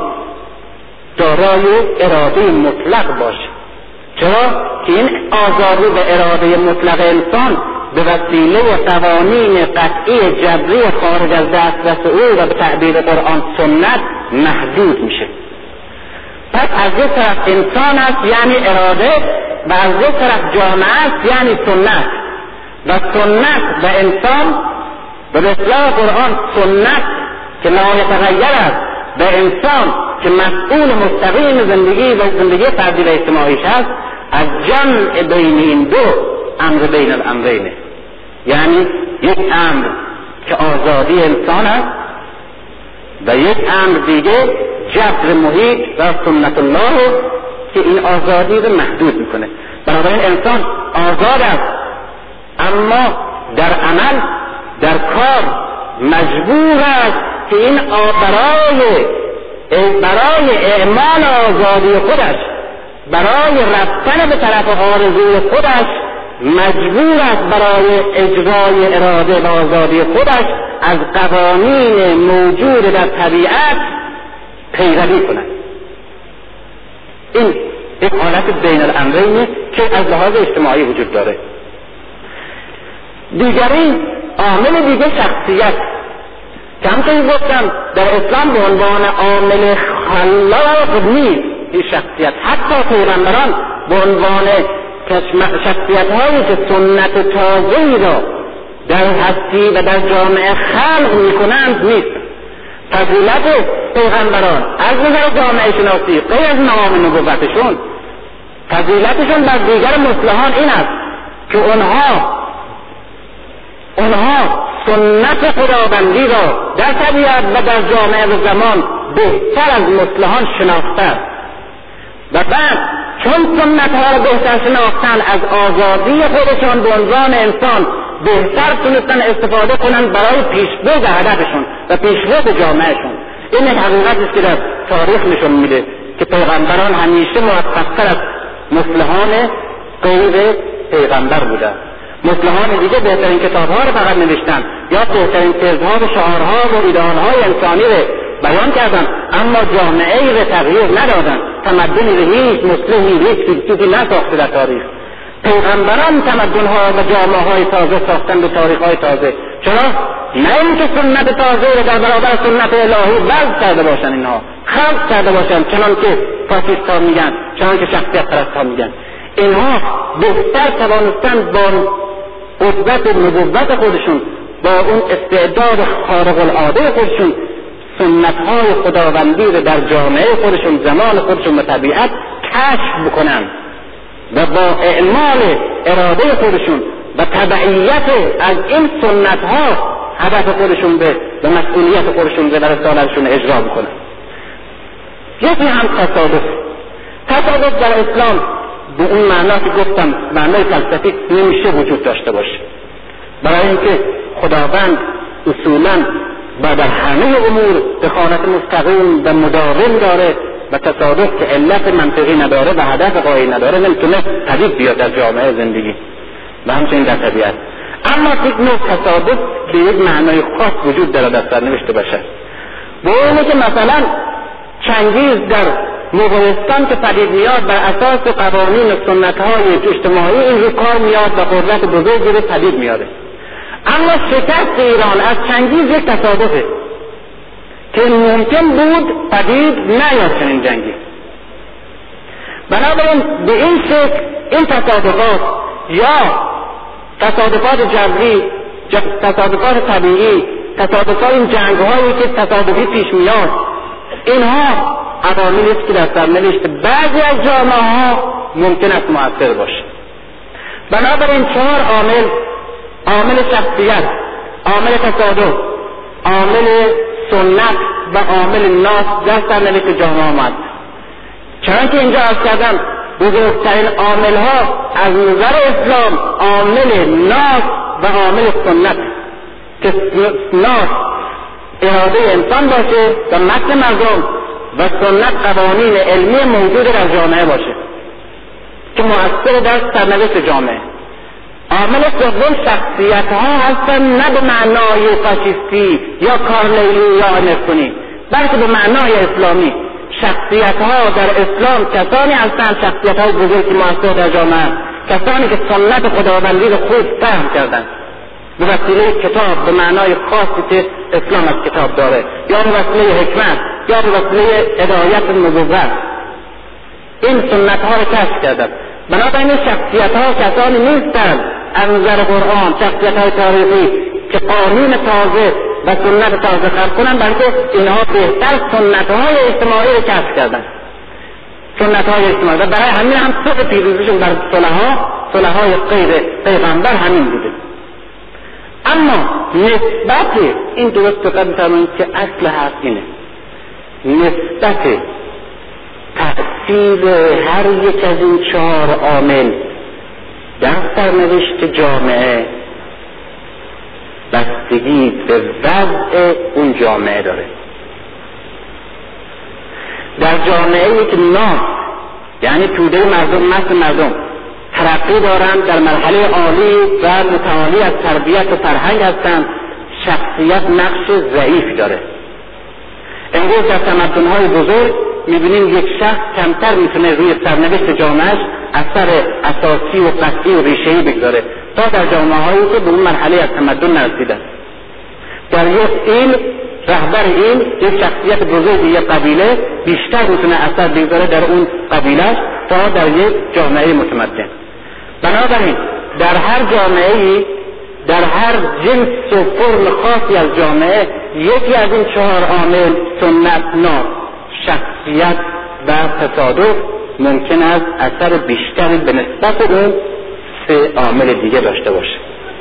دارای اراده مطلق باشه، چرا که این آزادی و اراده مطلق انسان به وسیله قوانین قطعی جبری خارج از دسترس او و به تعبیر قرآن سنت محدود میشه. پس از یک طرف انسان است یعنی اراده و از یک طرف جامعه است یعنی سنت، و سنت و انسان به اصطلاح قرآن سنت که لا یتغیر است و انسان که مسئول مستقیم زندگی و زندگی فردی و اجتماعیش است، از جمع بین این دو امر بین الامرینه، یعنی یک امر که آزادی انسان است و یک امر دیگه جبر محیط و سنت الله که این آزادی رو محدود میکنه. بنابراین انسان آزاد است، اما در عمل، در کار مجبور است که این برای برای اعمال آزادی خودش، برای رفتن به طرف آرزوی خودش مجبور است برای اجرای اراده و آزادی خودش از قوانین موجود در طبیعت پیروی کند. این یک حالت بین الامرینه که از لحاظ اجتماعی وجود داره. دیگری عامل دیگه شخصیت که همچنین گفتم در اسلام به عنوان عامل خلاق نیست این شخصیت. حتی پیغمبران به عنوان شخصیت هایی که سنت تازه‌ای را در هستی و در جامعه خلق میکنند نیست. فضیلت پیغمبران از نظر جامعه شناسی غیر از مقام نبوتشون، فضیلتشون بر دیگر مصلحان این است که اونها اونها سنت خداوندی را در طبیعت و در جامعه و زمان بهتر از مصلحان شناختند و بعد چون سنت ها را بهتر شناختن از آزادی خودشان به عنوان انسان بهتر تونستن استفاده کنند برای پیشبرد هدفشون و پیشبرد جامعهشون. این یک حقیقتی است که در تاریخ نشون میده که پیغمبران همیشه موفق‌تر از مصلحان غیر پیغمبر بودند. مصلحان دیگه بهترین کتاب‌ها رو فقط نوشتن یا بهترین تزها و شعارها و ایدئال‌های انسانی رو بیان کردن، اما جامعه‌ای رو تغییر ندادن، تمدنی رو هیچ مصلحی هیچ فیلسوفی نساخته در تاریخ. پیغمبران تمدن‌ها و جامعه‌های تازه ساختن به تاریخ‌های تازه. چرا؟ نه اینکه سنت تازه رو در برابر سنت الهی وضع کرده باشن، اینها خلق کرده باشن، چنان که فاسیست‌ها میگن، چنان که شخصیت پرست‌ها میگن. اینها بهتر توانستند با قدرت نبوت خودشون، با اون استعداد خارق العاده خودشون سنت‌های خداوندی رو در جامعه خودشون، زمان خودشون و طبیعت کشف بکنن و با اعمال اراده خودشون و تبعیت از این سنت‌ها هدف خودشون به و مسئولیت خودشون به رسالتشون اجرا بکنن. یکی هم تصادف. تصادف در اسلام به اون معنا که گفتم معنای فلسفی نمیشه وجود داشته باشه، برای اینکه خداوند اصولاً و در همه امور دخالت مستقیم و مداوم داره و تصادف که علت منطقی نداره و هدف قایی نداره نمیتونه پدید بیاد در جامعه زندگی و همچنین در طبیعت. اما یک نوع تصادف به یک معنای خاص وجود داره در سرنوشت بشر. به اونه که مثلا چنگیز در مغولستان که پدید میاد بر اساس قوانین و سنت‌های اجتماعی این رو کار میاد و قدرت بزرگی رو پدید میاره. اما شکست ایران از چنگیز یک تصادفه که ممکن بود پدید نیاد چنین جنگی. بنابراین به این شکل این تصادفات یا تصادفات جبری، تصادفات طبیعی، تصادفات این جنگ‌هایی که تصادفی پیش میاد، اینها عواملی است که در سرنوشت بعضی از جامعه‌ها ممکن است مؤثر باشه. بنابراین چهار عامل، عامل شخصیت، عامل تصادف، عامل سنت و عامل ناس در سرنوشت جامعه آمد. چنانکه اینجا عرض کردم بزرگترین عامل‌ها از نظر اسلام عامل ناس و عامل سنت که ناس اراده انسان باشه و متن مردم و سنت قوانین علمی موجود در جامعه باشه که مؤثر در سرنوشت جامعه. عامل سوم شخصیت ها هستن، نه به معنای فاشیستی یا کارلیلی یا انرکونی، بلکه به معنای اسلامی. شخصیت ها در اسلام کسانی هستند، شخصیت های بزرگی مؤثر در جامعه، کسانی که سنت خداوندی رو خوب فهم کردن به وسیله کتاب به معنای خاصی که اسلام از کتاب داره، یا به وسیله حکمت یا به وسیله هدایت نبوت این سنت ها رو کشف کردن. بنابراین شخصیت ها کسانی نیستند از نظر قرآن شخصیت های تاریخی که قانون تازه و سنت تازه خلق کنن، بلکه اینها بهتر سنت های اجتماعی رو کشف کردن، سنت های اجتماعی، و برای همین هم سوء پیروزیشون بر صلح‌ها صلح‌های غیر پیغمبر همین بوده. اما نسبت این درست دقت می‌فرمایید که اصل حرف اینه، نسبت تأثیر هر یک از این چهار عامل در سرنوشت جامعه بستگی به وضع اون جامعه داره. در جامعه که ناس یعنی توده مردم مثل مردم ترقی دارند، در مرحله عالی و متعالی از تربیت و فرهنگ هستند، شخصیت نقش ضعیف داره. امروز در تمدن‌های بزرگ می‌بینیم یک شخص کمتر میتونه روی سرنوشت جامعهش اثر اساسی و قطعی و ریشه‌ای بگذاره تا در جامعه‌هایی که به اون مرحله از تمدن نرسیدن. در یک این رهبر این یک شخصیت بزرگی یک قبیله بیشتر میتونه اثر بگذاره در اون قبیلهش تا در یک جامعه متمدن. بنابراین در هر جامعه‌ای، در هر جنس و فرم خاصی از جامعه، یکی از این چهار عامل سنت، ناس، شخصیت و تصادف ممکن است اثر بیشتری به نسبت اون سه عامل دیگه داشته باشه.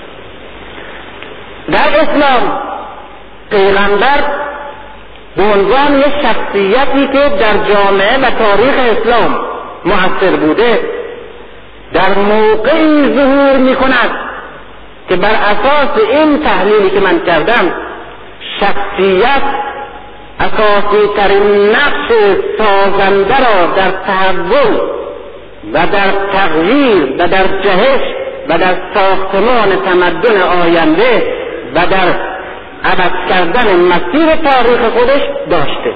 در اسلام پیغمبر به عنوان یک شخصیتی که در جامعه و تاریخ اسلام مؤثر بوده در موقعی ظهور می کند که بر اساس این تحلیلی که من کردم شخصیت اساسی ترین نقش سازنده را در تحول و در تغییر و در جهش و در ساختمان تمدن آینده و در عوض کردن مسیر تاریخ خودش داشته.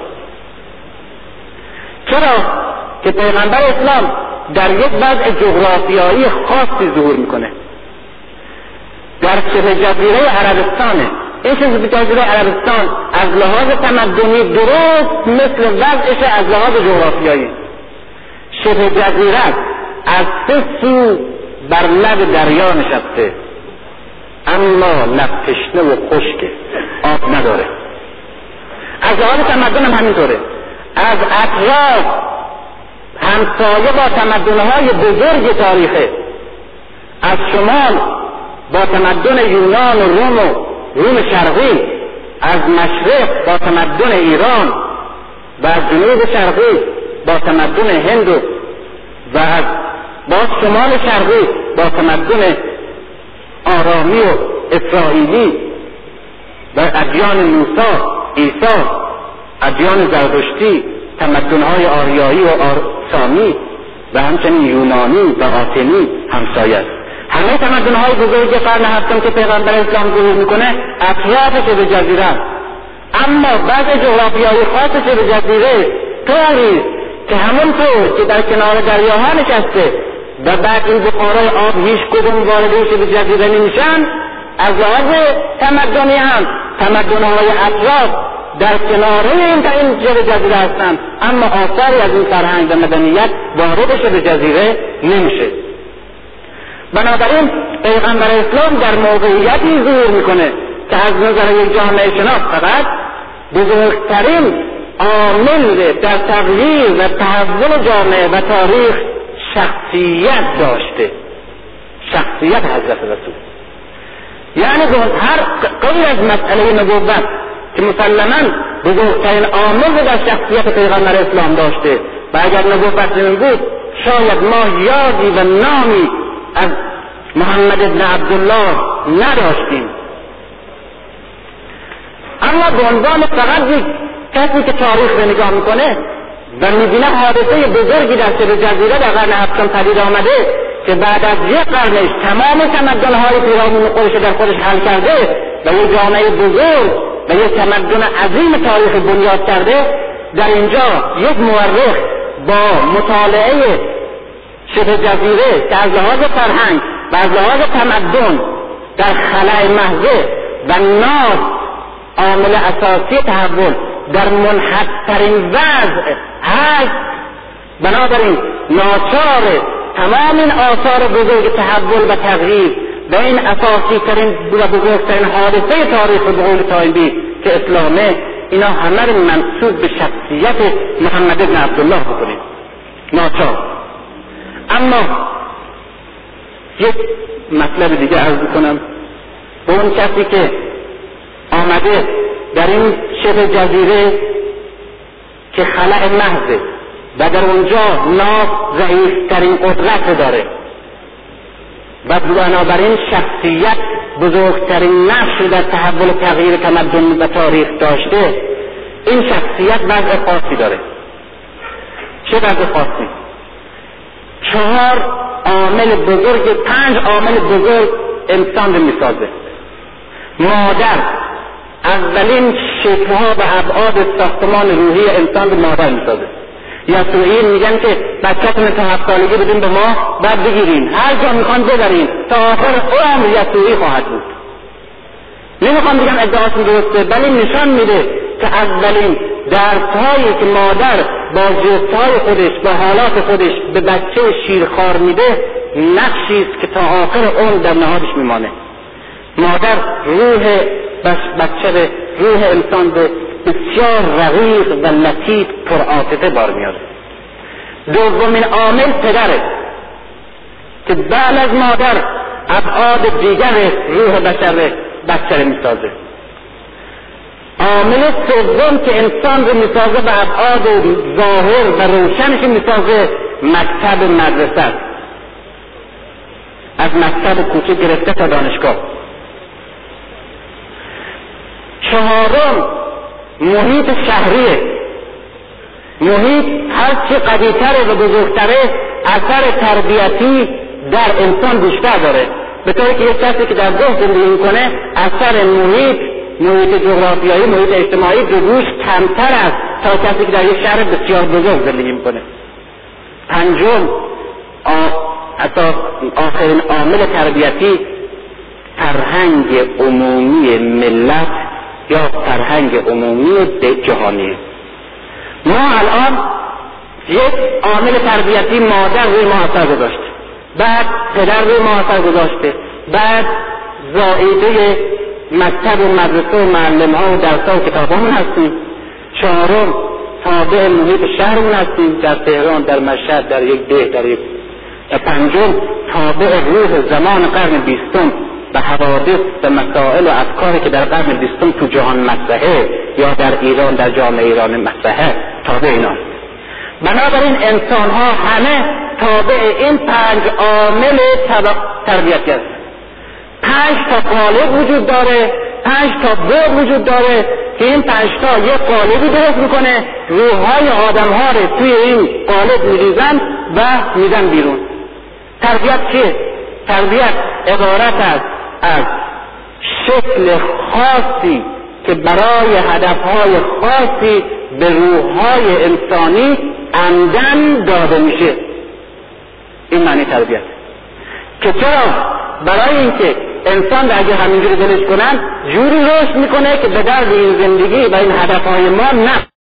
چرا؟ که پیغمبر اسلام در یک وضع جغرافیایی خاصی ظهور میکنه. در شبه جزیره عربستانه. این شبه جزیره عربستان از لحاظ تمدنی درست مثل وضعش از لحاظ جغرافیایی. شبه جزیره از سه سو بر لب دریا نشسته، اما لب تشنه و خشکه، آب نداره. از لحاظ تمدن هم همینطوره. از اطراف همسایه با تمدن‌های بزرگ تاریخه. از شمال با تمدن یونان و روم و روم شرقی، از مشرق با تمدن ایران و از جنوب شرقی با تمدن هند و از با شمال شرقی با تمدن آرامی و اسرائیلی و ادیان موسی، عیسی، ادیان زرتشتی، تمدن‌های آریایی و سامی و همچنین یونانی و آتنی همسایه است. همه تمدن‌های بزرگ قرن هفتم که پیغمبر اسلام ظهور میکنه اطراف شبه جزیره است. اما بعض جغرافیای خاص شبه جزیره طوری که همونطور که در کنار دریاها نشسته و بعد این بخارای آب هیچ کدوم وارد شبه جزیره نمیشن، از لحاظ تمدنی هم تمدن‌های اطراف در کناره این تا این شبه جزیره هستند، اما آثاری از این فرهنگ و مدنیت وارد شبه جزیره نمیشه. بنابراین پیغمبر اسلام در موقعیتی ظهور میکنه که از نظر یک جامعه شناس فقط بزرگترین عامل در تغییر و تحول جامعه و تاریخ شخصیت داشته، شخصیت حضرت رسول. یعنی هر غیر از مسئله نبوت که مسلماً بزرگترین عامل در شخصیت پیغمبر اسلام داشته و اگر نبوت نمی بود شاید ما یادی و نامی از محمد ابن عبدالله نداشتیم. اما به عنوان فقط یک کسی که تاریخ رو نگاه میکنه و میبینه حادثه بزرگی در شبه جزیره در قرن هفتم پدید آمده که بعد از یک قرنش تمام تمدن‌های پیرامون خودش در خودش حل کرده و یک جامعه بزرگ و یک تمدن عظیم تاریخ بنیاد کرده، در اینجا یک مورخ با مطالعه شبه جزیره که از لحاظ فرهنگ و از لحاظ تمدن در خلأ محضه و ناس عامل اساسی تحول در منحط‌ترین وضع هست، بنابراین ناچار تمام این آثار بزرگ تحول و تغییر و این اساسی ترین و بزرگترین حادثه تاریخ به قول طالبی که اسلامه، اینا همه رو منسوب به شخصیت محمد ابن عبدالله بکنیم، ناچار. اما یک مطلب دیگه عرض کنم به اون کسی که آمده در این شبه جزیره که خلأ محضه و در اونجا ناف ضعیفترین قدرت داره و بنابراین شخصیت بزرگترین نقش در تحول و تغییر تمدن و تاریخ داشته، این شخصیت وضع خاصی داره. چه وضع خاصی؟ چهار عامل بزرگ، پنج عامل بزرگ انسان رو میسازه. مادر اولین شکل‌ها و ابعاد ساختمان روحی انسان رو مادر میسازه. یسوعیین میگن که بچه‌تون تا هفت سالگی بدین به ما، بعد بگیرین هر جا میخوان ببرین تا آخر عمر یسوعی خواهد بود. نمیخوام بگم ادعاشون درسته، ولی نشان میده که اولین درس‌هایی که مادر با جست‌های خودش، با حالات خودش به بچه شیرخوار میده، نقشی است که تا آخر عمر در نهادش میمانه. مادر روح بچه، روح انسان به بسیار رقیق و لطیف پرعاطفه بار میاره. دومین عامل پدره که بعد از مادر ابعاد دیگر روح بشر بچه رو میسازه. عامل سوم که انسان رو میسازه به ابعاد ظاهر و روشنش میسازه مکتب مدرسه، از مکتب کوچه گرفته تا دانشگاه. چهارم محیط شهریه. محیط هرچی قوی‌تره و بزرگتره اثر تربیتی در انسان بیشتر داره، به طوری که یک کسی که در ده زندگی میکنه اثر محیط، محیط جغرافیایی، محیط اجتماعی جزوش کمتر است تا کسی که در یک شهر بسیار بزرگ زندگی میکنه. پنجم آخرین عامل تربیتی فرهنگ عمومی ملت یا فرهنگ عمومی جهانی. ما الان یک عامل تربیتی مادر روی ما اثر گذاشته، بعد پدر روی ما اثر گذاشته، بعد زائده مکتب و مدرسه و معلم ها و درس ها و کتاب همون هستیم. چهارم تابع محیط شهرمون هستیم، در تهران، در مشهد، در یک ده، در یک. پنجم تابع روح زمان قرن بیستم و حوادث و مسائل و افکاری که در قرن بیستم تو جهان مطرحه یا در ایران، در جامعه ایران مطرحه، تابع اینا. بنابراین انسان ها همه تابع این پنج عامل تربیتی هست. پنج تا قالب وجود داره، پنج تا بعد وجود داره که این پنج تا یک قالبی درست میکنه، روحهای آدم ها رو توی این قالب میریزن و میزن بیرون. تربیت چیه؟ تربیت عبارت است از شکل خاصی که برای هدفهای خاصی به روحهای انسانی عمدن داده میشه. این معنی تربیت. که چرا؟ برای اینکه انسان را اگه همینجوری دلش کنن جوری رشد میکنه که به درد این زندگی و این هدفهای ما نه